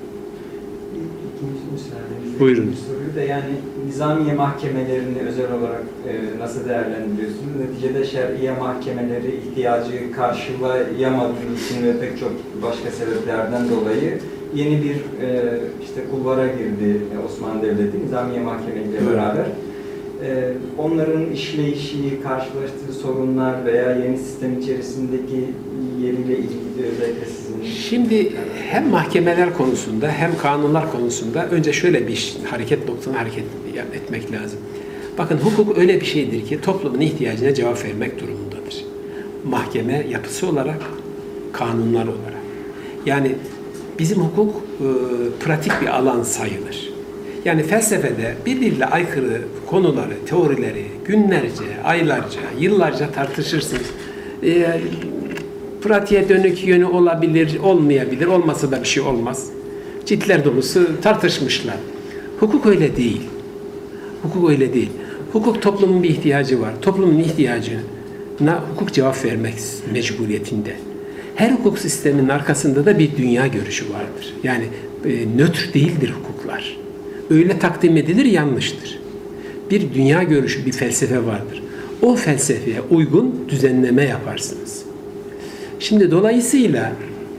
İkinci müsaadenizle Buyurun. bir soruyu da yani nizamiye mahkemelerini özel olarak e, nasıl değerlendiriyorsunuz? Neticede şer'iye mahkemeleri ihtiyacı karşılayamadığı için ve pek çok başka sebeplerden dolayı yeni bir e, işte kulvara girdi Osmanlı Devleti nizamiye mahkemeleriyle Evet. beraber. Ee, onların işleyişi, karşılaştığı sorunlar veya yeni sistem içerisindeki yeriyle ilgili özellikle sizin... Şimdi hem mahkemeler konusunda hem kanunlar konusunda önce şöyle bir hareket noktasına hareket etmek lazım. Bakın hukuk öyle bir şeydir ki toplumun ihtiyacına cevap vermek durumundadır. Mahkeme yapısı olarak, kanunlar olarak. Yani bizim hukuk e, pratik bir alan sayılır. Yani felsefede birbiriyle aykırı konuları, teorileri günlerce, aylarca, yıllarca tartışırsınız. E, pratiğe dönük yönü olabilir, olmayabilir, olmasa da bir şey olmaz. Ciltler dolusu tartışmışlar. Hukuk öyle değil. Hukuk öyle değil. Hukuk toplumun bir ihtiyacı var. Toplumun ihtiyacına hukuk cevap vermek mecburiyetinde. Her hukuk sisteminin arkasında da bir dünya görüşü vardır. Yani e, nötr değildir hukuklar. Öyle takdim edilir, yanlıştır. Bir dünya görüşü, bir felsefe vardır. O felsefeye uygun düzenleme yaparsınız. Şimdi dolayısıyla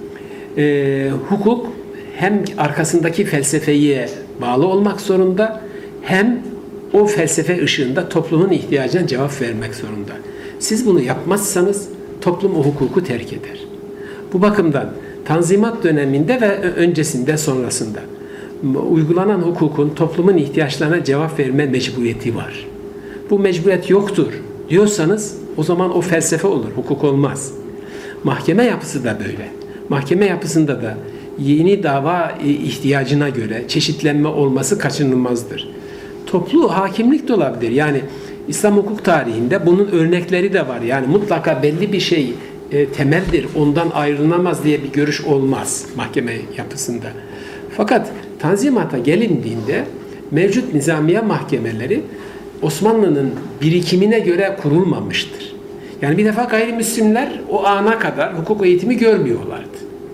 e, hukuk hem arkasındaki felsefeye bağlı olmak zorunda, hem o felsefe ışığında toplumun ihtiyacına cevap vermek zorunda. Siz bunu yapmazsanız toplum o hukuku terk eder. Bu bakımdan Tanzimat döneminde ve öncesinde, sonrasında uygulanan hukukun toplumun ihtiyaçlarına cevap verme mecburiyeti var. Bu mecburiyet yoktur diyorsanız o zaman o felsefe olur, hukuk olmaz. Mahkeme yapısı da böyle. Mahkeme yapısında da yeni dava ihtiyacına göre çeşitlenme olması kaçınılmazdır. Toplu hakimlik de olabilir. Yani İslam hukuk tarihinde bunun örnekleri de var. Yani mutlaka belli bir şey e, temeldir, ondan ayrılamaz diye bir görüş olmaz mahkeme yapısında. Fakat Tanzimat'a gelindiğinde mevcut nizamiye mahkemeleri Osmanlı'nın birikimine göre kurulmamıştır. Yani bir defa gayrimüslimler o ana kadar hukuk eğitimi görmüyorlardı.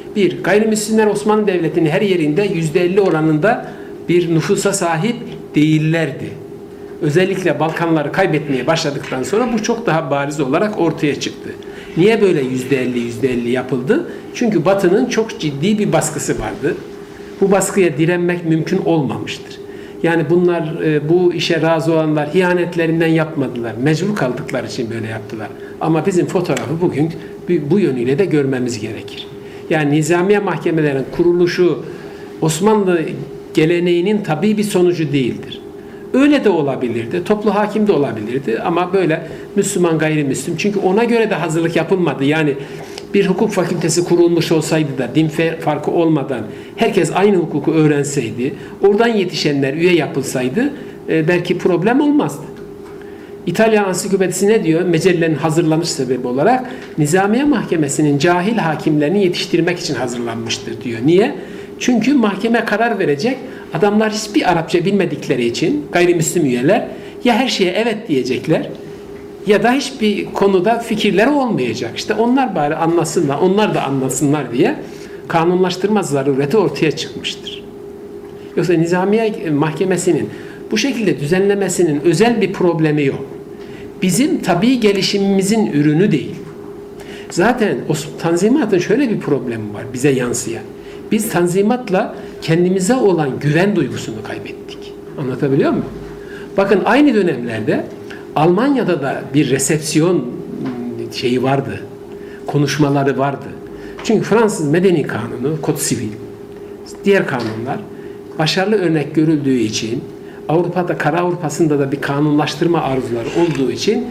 Bir, gayrimüslimler Osmanlı Devleti'nin her yerinde yüzde elli oranında bir nüfusa sahip değillerdi. Özellikle Balkanları kaybetmeye başladıktan sonra bu çok daha bariz olarak ortaya çıktı. Niye böyle yüzde elli yüzde elli yapıldı? Çünkü Batı'nın çok ciddi bir baskısı vardı. Bu baskıya direnmek mümkün olmamıştır. Yani bunlar bu işe razı olanlar ihanetlerinden yapmadılar. Mecbur kaldıkları için böyle yaptılar. Ama bizim fotoğrafı bugün bu yönüyle de görmemiz gerekir. Yani nizamiye mahkemelerin kuruluşu Osmanlı geleneğinin tabii bir sonucu değildir. Öyle de olabilirdi. Toplu hakim de olabilirdi. Ama böyle Müslüman gayrimüslim. Çünkü ona göre de hazırlık yapılmadı. Yani bir hukuk fakültesi kurulmuş olsaydı da din farkı olmadan herkes aynı hukuku öğrenseydi, oradan yetişenler üye yapılsaydı belki problem olmazdı. İtalyan Ansiklopedisi ne diyor? Mecellenin hazırlanış sebebi olarak Nizamiye Mahkemesi'nin cahil hakimlerini yetiştirmek için hazırlanmıştır diyor. Niye? Çünkü mahkeme karar verecek. Adamlar hiçbir Arapça bilmedikleri için gayrimüslim üyeler ya her şeye evet diyecekler ya da hiçbir konuda fikirleri olmayacak. İşte onlar bari anlasınlar, onlar da anlasınlar diye kanunlaştırma zarureti ortaya çıkmıştır. Yoksa Nizamiye Mahkemesi'nin bu şekilde düzenlemesinin özel bir problemi yok. Bizim tabii gelişimimizin ürünü değil. Zaten o Tanzimat'ın şöyle bir problemi var bize yansıyan. Biz Tanzimat'la kendimize olan güven duygusunu kaybettik. Anlatabiliyor muyum? Bakın aynı dönemlerde Almanya'da da bir resepsiyon şeyi vardı. Konuşmaları vardı. Çünkü Fransız Medeni Kanunu, Kod Sivil, diğer kanunlar başarılı örnek görüldüğü için Avrupa'da, Kara Avrupa'sında da bir kanunlaştırma arzuları olduğu için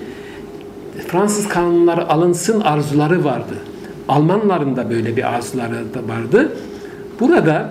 Fransız kanunları alınsın arzuları vardı. Almanların da böyle bir arzuları da vardı. Burada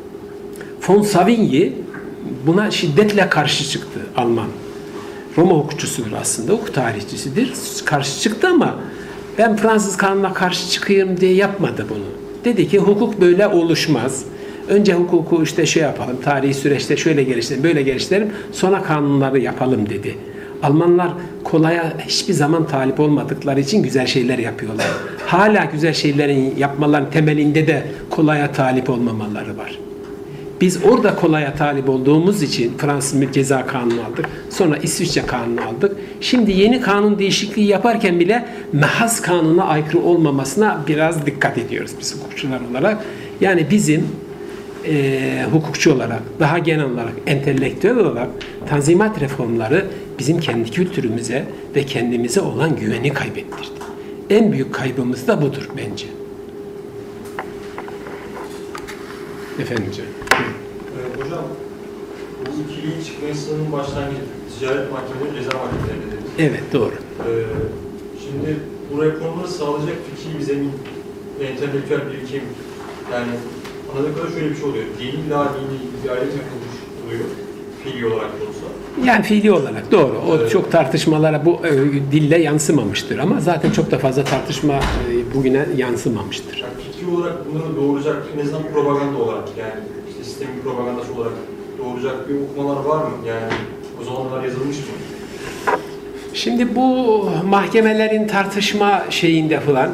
von Savigny buna şiddetle karşı çıktı Alman. Roma hukukçusudur aslında, hukuk tarihçisidir. Karşı çıktı ama ben Fransız kanununa karşı çıkayım diye yapmadı bunu. Dedi ki hukuk böyle oluşmaz. Önce hukuku işte şey yapalım, tarihi süreçte şöyle geliştirelim, böyle geliştirelim, sonra kanunları yapalım dedi. Almanlar kolaya hiçbir zaman talip olmadıkları için güzel şeyler yapıyorlar. Hala güzel şeylerin yapmaların temelinde de kolaya talip olmamaları var. Biz orada kolaya talip olduğumuz için Fransız ceza kanunu aldık. Sonra İsviçre kanunu aldık. Şimdi yeni kanun değişikliği yaparken bile mehas kanuna aykırı olmamasına biraz dikkat ediyoruz biz hukukçular olarak. Yani bizim e, hukukçu olarak, daha genel olarak, entelektüel olarak tanzimat reformları bizim kendi kültürümüze ve kendimize olan güveni kaybettirdi. En büyük kaybımız da budur bence. Efendim canım. Ee, hocam, bu ikiliğin çıkmasının başlangıcı ticaret mahkemeleri, ceza mahkemeleri dediniz. Evet, doğru. Ee, şimdi bu reformları sağlayacak fikri bir zemin, entelektüel birikim, yani anladığım kadarıyla şöyle bir şey oluyor. Dini ila dini bir alet yapılmış oluyor, fiili olarak da olsa. Yani fiili olarak doğru. O evet. Çok tartışmalara bu e, dille yansımamıştır ama zaten çok da fazla tartışma e, bugüne yansımamıştır. Yani fikri olarak bunları doğuracak, en azından propaganda olarak, yani işte sistemin propagandası olarak doğuracak bir okumalar var mı? Yani o zamanlar yazılmış mı? Şimdi bu mahkemelerin tartışma şeyinde falan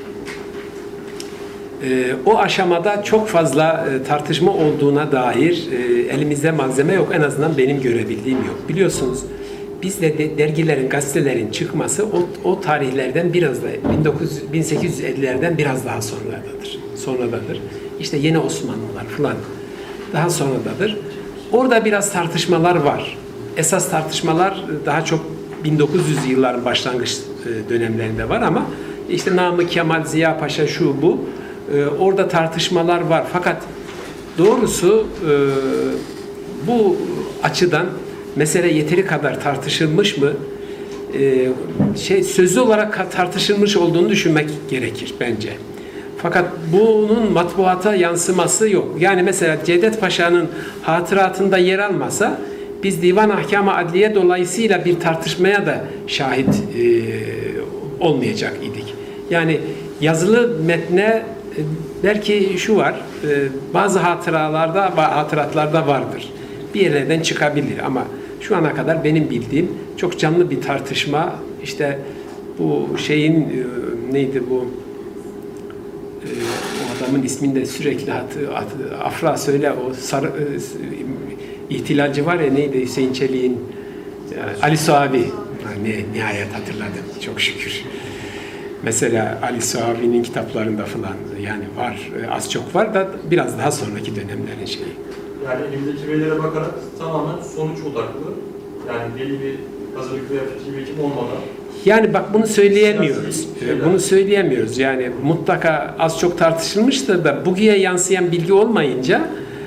e, o aşamada çok fazla e, tartışma olduğuna dair e, elimizde malzeme yok. En azından benim görebildiğim yok. Biliyorsunuz bizde de dergilerin, gazetelerin çıkması o, o tarihlerden biraz da bin sekiz yüz ellilerden biraz daha sonradadır. Sonradadır. İşte yeni Osmanlılar falan daha sonradadır. Orada biraz tartışmalar var. Esas tartışmalar daha çok bin dokuz yüz yılların başlangıç dönemlerinde var ama işte Namık Kemal, Ziya Paşa şu bu orada tartışmalar var. Fakat doğrusu bu açıdan mesele yeteri kadar tartışılmış mı? Şey sözlü olarak tartışılmış olduğunu düşünmek gerekir bence. Fakat bunun matbuata yansıması yok. Yani mesela Cevdet Paşa'nın hatıratında yer almasa biz Divan Ahkam-ı Adliye dolayısıyla bir tartışmaya da şahit e, olmayacak idik. Yani yazılı metne e, belki şu var, e, bazı hatıralarda, hatıratlarda vardır. Bir yerlerden çıkabilir ama şu ana kadar benim bildiğim çok canlı bir tartışma, işte bu şeyin e, neydi bu e, o adamın ismini de sürekli hatı, hatı, Afra söyle, o sarı, e, ihtilalci var ya, neydi Hüseyin Çelik'in, Ali Suavi. Ha, ne, nihayet hatırladım, çok şükür. Mesela Ali Suavi'nin kitaplarında falan yani var, az çok var da biraz daha sonraki dönemlerin şeyi. Yani elimizdeki verilere bakarak tamamen sonuç odaklı, yani belli bir hazırlık veya fikri birikim olmadan. Yani bak bunu söyleyemiyoruz. Bunu söyleyemiyoruz. Yani mutlaka az çok tartışılmıştır da bugüne yansıyan bilgi olmayınca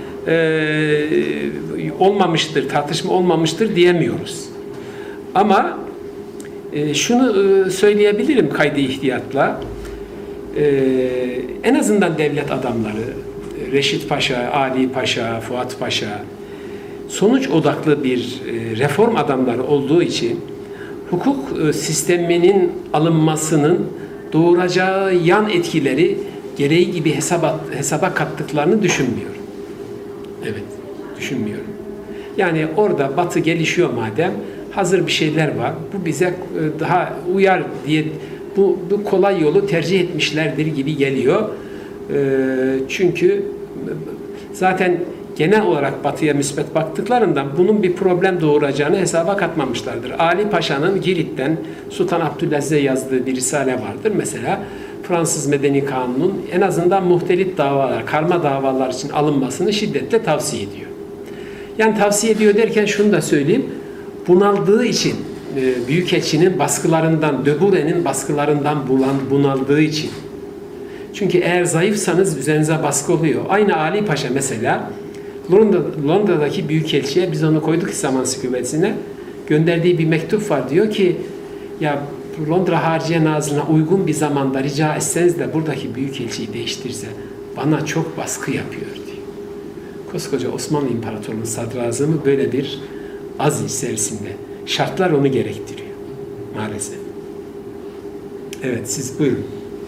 e, olmamıştır, tartışma olmamıştır diyemiyoruz. Ama e, şunu e, söyleyebilirim kaydı ihtiyatla. E, en azından devlet adamları, Reşit Paşa, Ali Paşa, Fuat Paşa sonuç odaklı bir e, reform adamları olduğu için hukuk sisteminin alınmasının doğuracağı yan etkileri gereği gibi hesaba, hesaba kattıklarını düşünmüyorum. Evet, düşünmüyorum. Yani orada Batı gelişiyor madem, hazır bir şeyler var, bu bize daha uyar diye bu, bu kolay yolu tercih etmişlerdir gibi geliyor. Çünkü zaten genel olarak Batı'ya müspet baktıklarından bunun bir problem doğuracağını hesaba katmamışlardır. Ali Paşa'nın Girit'ten Sultan Abdülaziz'e yazdığı bir risale vardır. Mesela Fransız Medeni Kanunu'nun en azından muhtelif davalar, karma davalar için alınmasını şiddetle tavsiye ediyor. Yani tavsiye ediyor derken şunu da söyleyeyim. Bunaldığı için, Büyükelçinin baskılarından, Döbure'nin baskılarından bunaldığı için. Çünkü eğer zayıfsanız üzerinize baskı oluyor. Aynı Ali Paşa mesela Londra, Londra'daki Büyükelçiye biz onu koyduk İslam Ansiklopedisine. Gönderdiği bir mektup var. Diyor ki ya Londra Harciye Nazırı'na uygun bir zamanda rica etseniz de buradaki Büyükelçiyi değiştirse bana çok baskı yapıyor diyor. Koskoca Osmanlı İmparatorluğu'nun sadrazamı böyle bir az içerisinde. Şartlar onu gerektiriyor. Maalesef. Evet siz buyurun.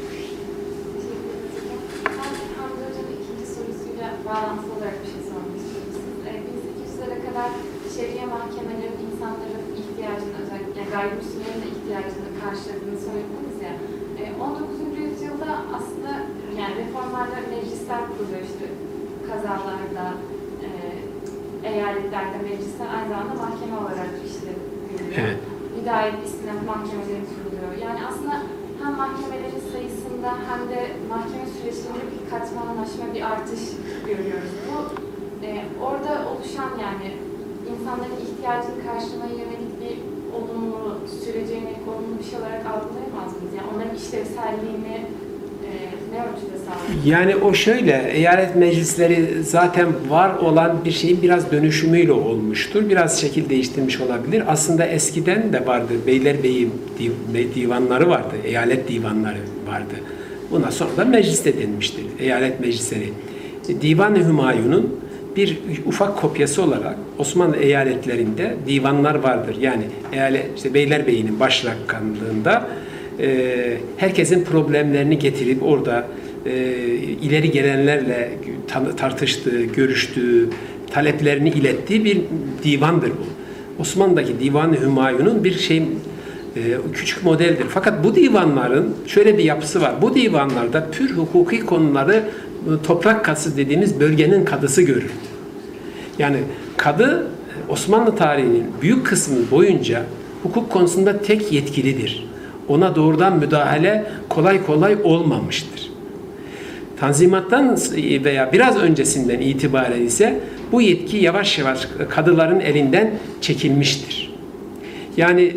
Bağlantılı olarak bir şey sormak istiyorum. Siz bin sekiz yüzlere kadar şeriye mahkemelerin insanların ihtiyacını, özellikle gayrimüslimlerin de ihtiyacını karşıladığını söylediniz ya. on dokuzuncu yüzyılda aslında yani reformlarla meclisler kuruluyor işte kazalarda, e, eyaletlerde meclisler aynı zamanda mahkeme olarak işte görülüyor. Evet. Hidayet istinaf mahkemeleri kuruluyor. Yani aslında hem mahkemelerin sayısında hem de mahkeme süreçlerinde bir katmanlaşma, bir artış görüyoruz. Bu e, orada oluşan yani insanların ihtiyacını karşılamaya yönelik bir olumlu, sürece yönelik olumlu bir şey olarak algılayamaz mıyız? Yani onların işlevselliğini e, ne ölçüde sağlıyor? Yani o şöyle, eyalet meclisleri zaten var olan bir şeyin biraz dönüşümüyle olmuştur. Biraz şekil değiştirmiş olabilir. Aslında eskiden de vardı. Beylerbeyi divanları vardı. Eyalet divanları vardı. Buna sonra da meclis de denmiştir. Eyalet meclisleri. Divan-ı Hümayun'un bir ufak kopyası olarak Osmanlı eyaletlerinde divanlar vardır. Yani eyalet, işte Beylerbeyi'nin başbakanlığında e, herkesin problemlerini getirip orada e, ileri gelenlerle tartıştığı, görüştüğü, taleplerini ilettiği bir divandır bu. Osmanlı'daki Divan-ı Hümayun'un bir şey küçük modeldir. Fakat bu divanların şöyle bir yapısı var. Bu divanlarda pür hukuki konuları toprak kası dediğimiz bölgenin kadısı görür. Yani kadı Osmanlı tarihinin büyük kısmı boyunca hukuk konusunda tek yetkilidir. Ona doğrudan müdahale kolay kolay olmamıştır. Tanzimattan veya biraz öncesinden itibaren ise bu yetki yavaş yavaş kadıların elinden çekilmiştir. Yani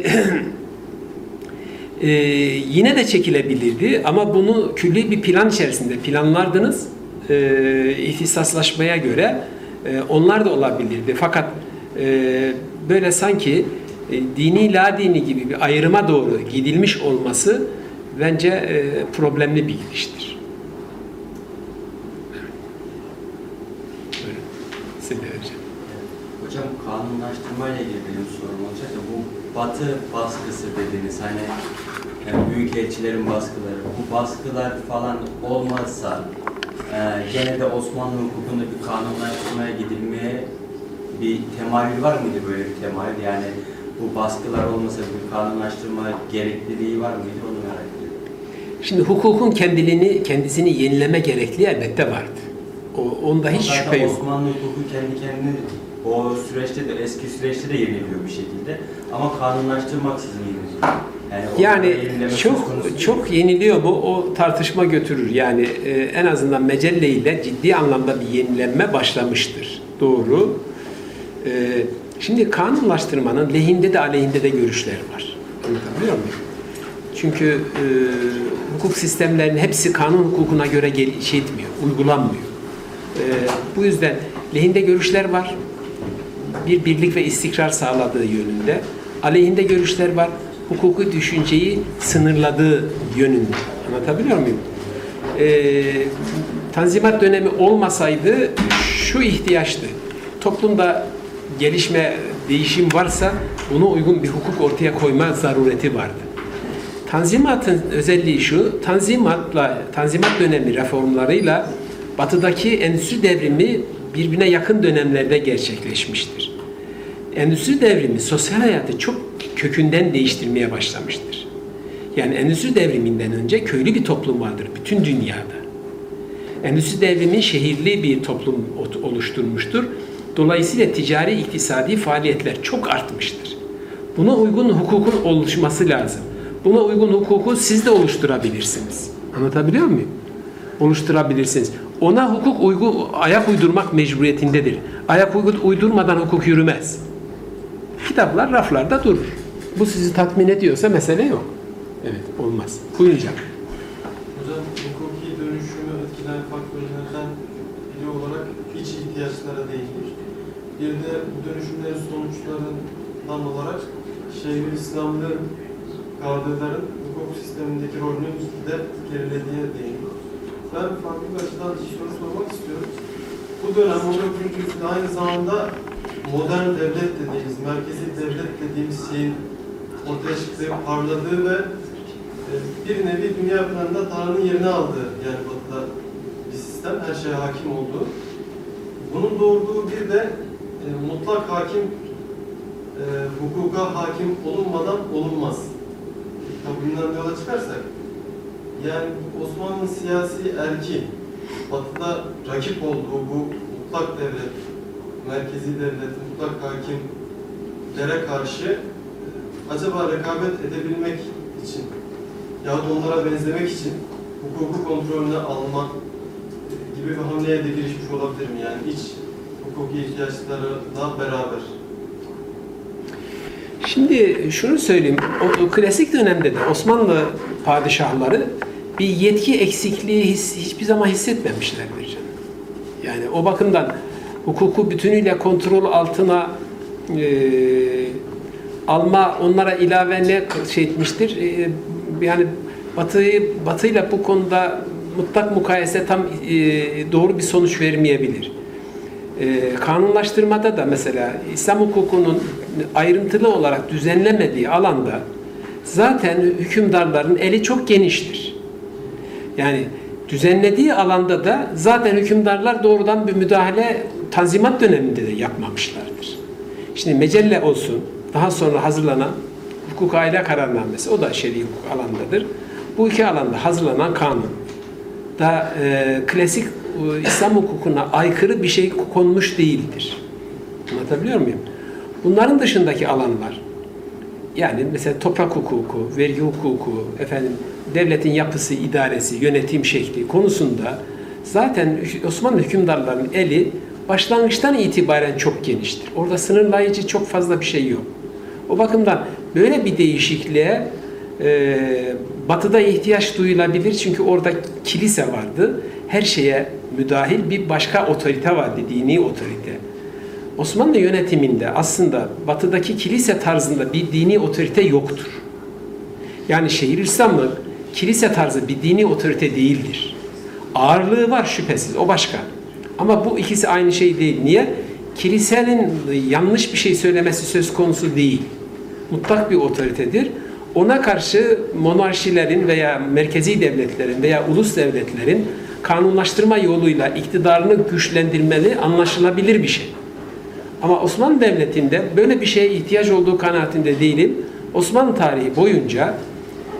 Ee, yine de çekilebilirdi ama bunu külli bir plan içerisinde planlardınız. Ee, ihtisaslaşmaya göre e, onlar da olabilirdi. Fakat e, böyle sanki e, dini la dini gibi bir ayrıma doğru gidilmiş olması bence e, problemli bir gidiştir. Buyurun. Size de vereceğim. Hocam kanunlaştırma ile ilgili benim sorum olacak da bu Batı baskısı dediğiniz hani yani büyükelçilerin baskıları, bu baskılar falan olmazsa e, gene de Osmanlı hukukunda bir kanunlaştırmaya gidilmeye bir temayül var mıydı, böyle bir temayül? Yani bu baskılar olmasa bir kanunlaştırma gerekliliği var mıydı, onu merak ediyorum. Şimdi hukukun kendiliğini, kendisini yenileme gerekliği elbette vardı. O, onda hiç Zaten şüphe yok. Osmanlı hukuku kendi kendini o süreçte de eski süreçte de yeniliyor bir şekilde ama kanunlaştırmaksızın yeniliyor. Yani, Yani yenileme söz çok konusu değil. çok yeniliyor mu? O tartışma götürür. Yani e, en azından Mecelle ile ciddi anlamda bir yenilenme başlamıştır. Doğru. E, şimdi kanunlaştırmanın lehinde de aleyhinde de görüşler var. Anlatabiliyor muyum? Çünkü e, hukuk sistemlerinin hepsi kanun hukukuna göre gel- şey etmiyor, uygulanmıyor. E, bu yüzden lehinde görüşler var. Bir birlik ve istikrar sağladığı yönünde. Aleyhinde görüşler var. Hukuki düşünceyi sınırladığı yönünde. Anlatabiliyor muyum? Ee, Tanzimat dönemi olmasaydı şu ihtiyaçtı. Toplumda gelişme, değişim varsa buna uygun bir hukuk ortaya koyma zarureti vardı. Tanzimatın özelliği şu, Tanzimatla, Tanzimat dönemi reformlarıyla Batı'daki endüstri devrimi birbirine yakın dönemlerde gerçekleşmiştir. Endüstri devrimi sosyal hayatı çok kökünden değiştirmeye başlamıştır. Yani endüstri devriminden önce köylü bir toplum vardır bütün dünyada. Endüstri devrimi şehirli bir toplum oluşturmuştur. Dolayısıyla ticari, iktisadi faaliyetler çok artmıştır. Buna uygun hukukun oluşması lazım. Buna uygun hukuku siz de oluşturabilirsiniz. Anlatabiliyor muyum? Oluşturabilirsiniz. Ona hukuk uygu, ayak uydurmak mecburiyetindedir. Ayak uydurmadan hukuk yürümez. Kitaplar raflarda durur. Bu sizi tatmin ediyorsa mesele yok. Evet, olmaz. Buyuracağım. Hocam, hukuki dönüşümü etkileyen faktörlerden biri olarak iç ihtiyaçlara değinir. Bir de bu dönüşümlerin sonuçlarından olarak şehir İslamlı kadırların hukuk sistemindeki rolünün de gerilediğine değinir. Ben farklı bir açıdan bir soru sormak istiyorum. Bu dönem on dördüncü yüzyılda aynı zamanda modern devlet dediğimiz, merkezi devlet dediğimiz şeyin ortaya çıktığı, parladığı ve bir nevi dünya planında Tanrı'nın yerini aldığı, yani Batı'da bir sistem, her şeye hakim olduğu. Bunun doğurduğu bir de e, mutlak hakim, e, hukuka hakim olunmadan olunmaz. Tabiinden yola çıkarsak, yani Osmanlı'nın siyasi erki, Batı'da rakip olduğu bu mutlak devlet, merkezi devlet, mutlak hakimlere karşı acaba rekabet edebilmek için yahut onlara benzemek için hukuku kontrolüne alma gibi bir hamleye de girişmiş olabilir mi? Yani iç hukuki ihtiyaçlarla beraber. Şimdi şunu söyleyeyim. O, o klasik dönemde de Osmanlı padişahları bir yetki eksikliği his, hiçbir zaman hissetmemişlerdir canım. Yani o bakımdan hukuku bütünüyle kontrol altına e, alma, onlara ilave ne şey etmiştir? E, yani Batı'yı Batı'yla bu konuda mutlak mukayese tam e, doğru bir sonuç vermeyebilir. E, kanunlaştırmada da mesela İslam hukukunun ayrıntılı olarak düzenlemediği alanda zaten hükümdarların eli çok geniştir. Yani düzenlediği alanda da zaten hükümdarlar doğrudan bir müdahale Tanzimat döneminde de yapmamışlardır. Şimdi mecelle olsun, daha sonra hazırlanan hukuk aile kararnamesi, o da şer'i hukuk alandadır. Bu iki alanda hazırlanan kanun da e, klasik e, İslam hukukuna aykırı bir şey konmuş değildir. Anlatabiliyor muyum? Bunların dışındaki alanlar, yani mesela toprak hukuku, vergi hukuku, efendim devletin yapısı, idaresi, yönetim şekli konusunda zaten Osmanlı hükümdarlarının eli başlangıçtan itibaren çok geniştir. Orada sınırlayıcı çok fazla bir şey yok. O bakımdan böyle bir değişikliğe e, Batı'da ihtiyaç duyulabilir. Çünkü orada kilise vardı. Her şeye müdahil bir başka otorite vardı, dini otorite. Osmanlı yönetiminde aslında Batı'daki kilise tarzında bir dini otorite yoktur. Yani Şeyhülislamlık kilise tarzı bir dini otorite değildir. Ağırlığı var şüphesiz, o başka. Ama bu ikisi aynı şey değil. Niye? Kilisenin yanlış bir şey söylemesi söz konusu değil. Mutlak bir otoritedir. Ona karşı monarşilerin veya merkezi devletlerin veya ulus devletlerin kanunlaştırma yoluyla iktidarını güçlendirmeli, anlaşılabilir bir şey. Ama Osmanlı Devleti'nde böyle bir şeye ihtiyaç olduğu kanaatinde değilim. Osmanlı tarihi boyunca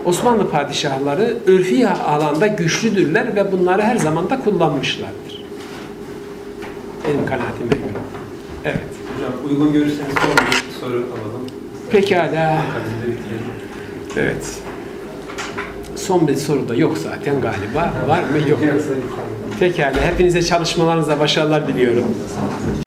Osmanlı padişahları örfi alanda güçlüdürler ve bunları her zaman da kullanmışlardır. Benim kanaatime göre. Evet. Hocam uygun görürseniz son bir soru alalım. Pekala. Akabinde bitirelim. Evet. Son bir soru da yok zaten galiba. Var mı? Yok. Pekala. Hepinize çalışmalarınızda başarılar diliyorum.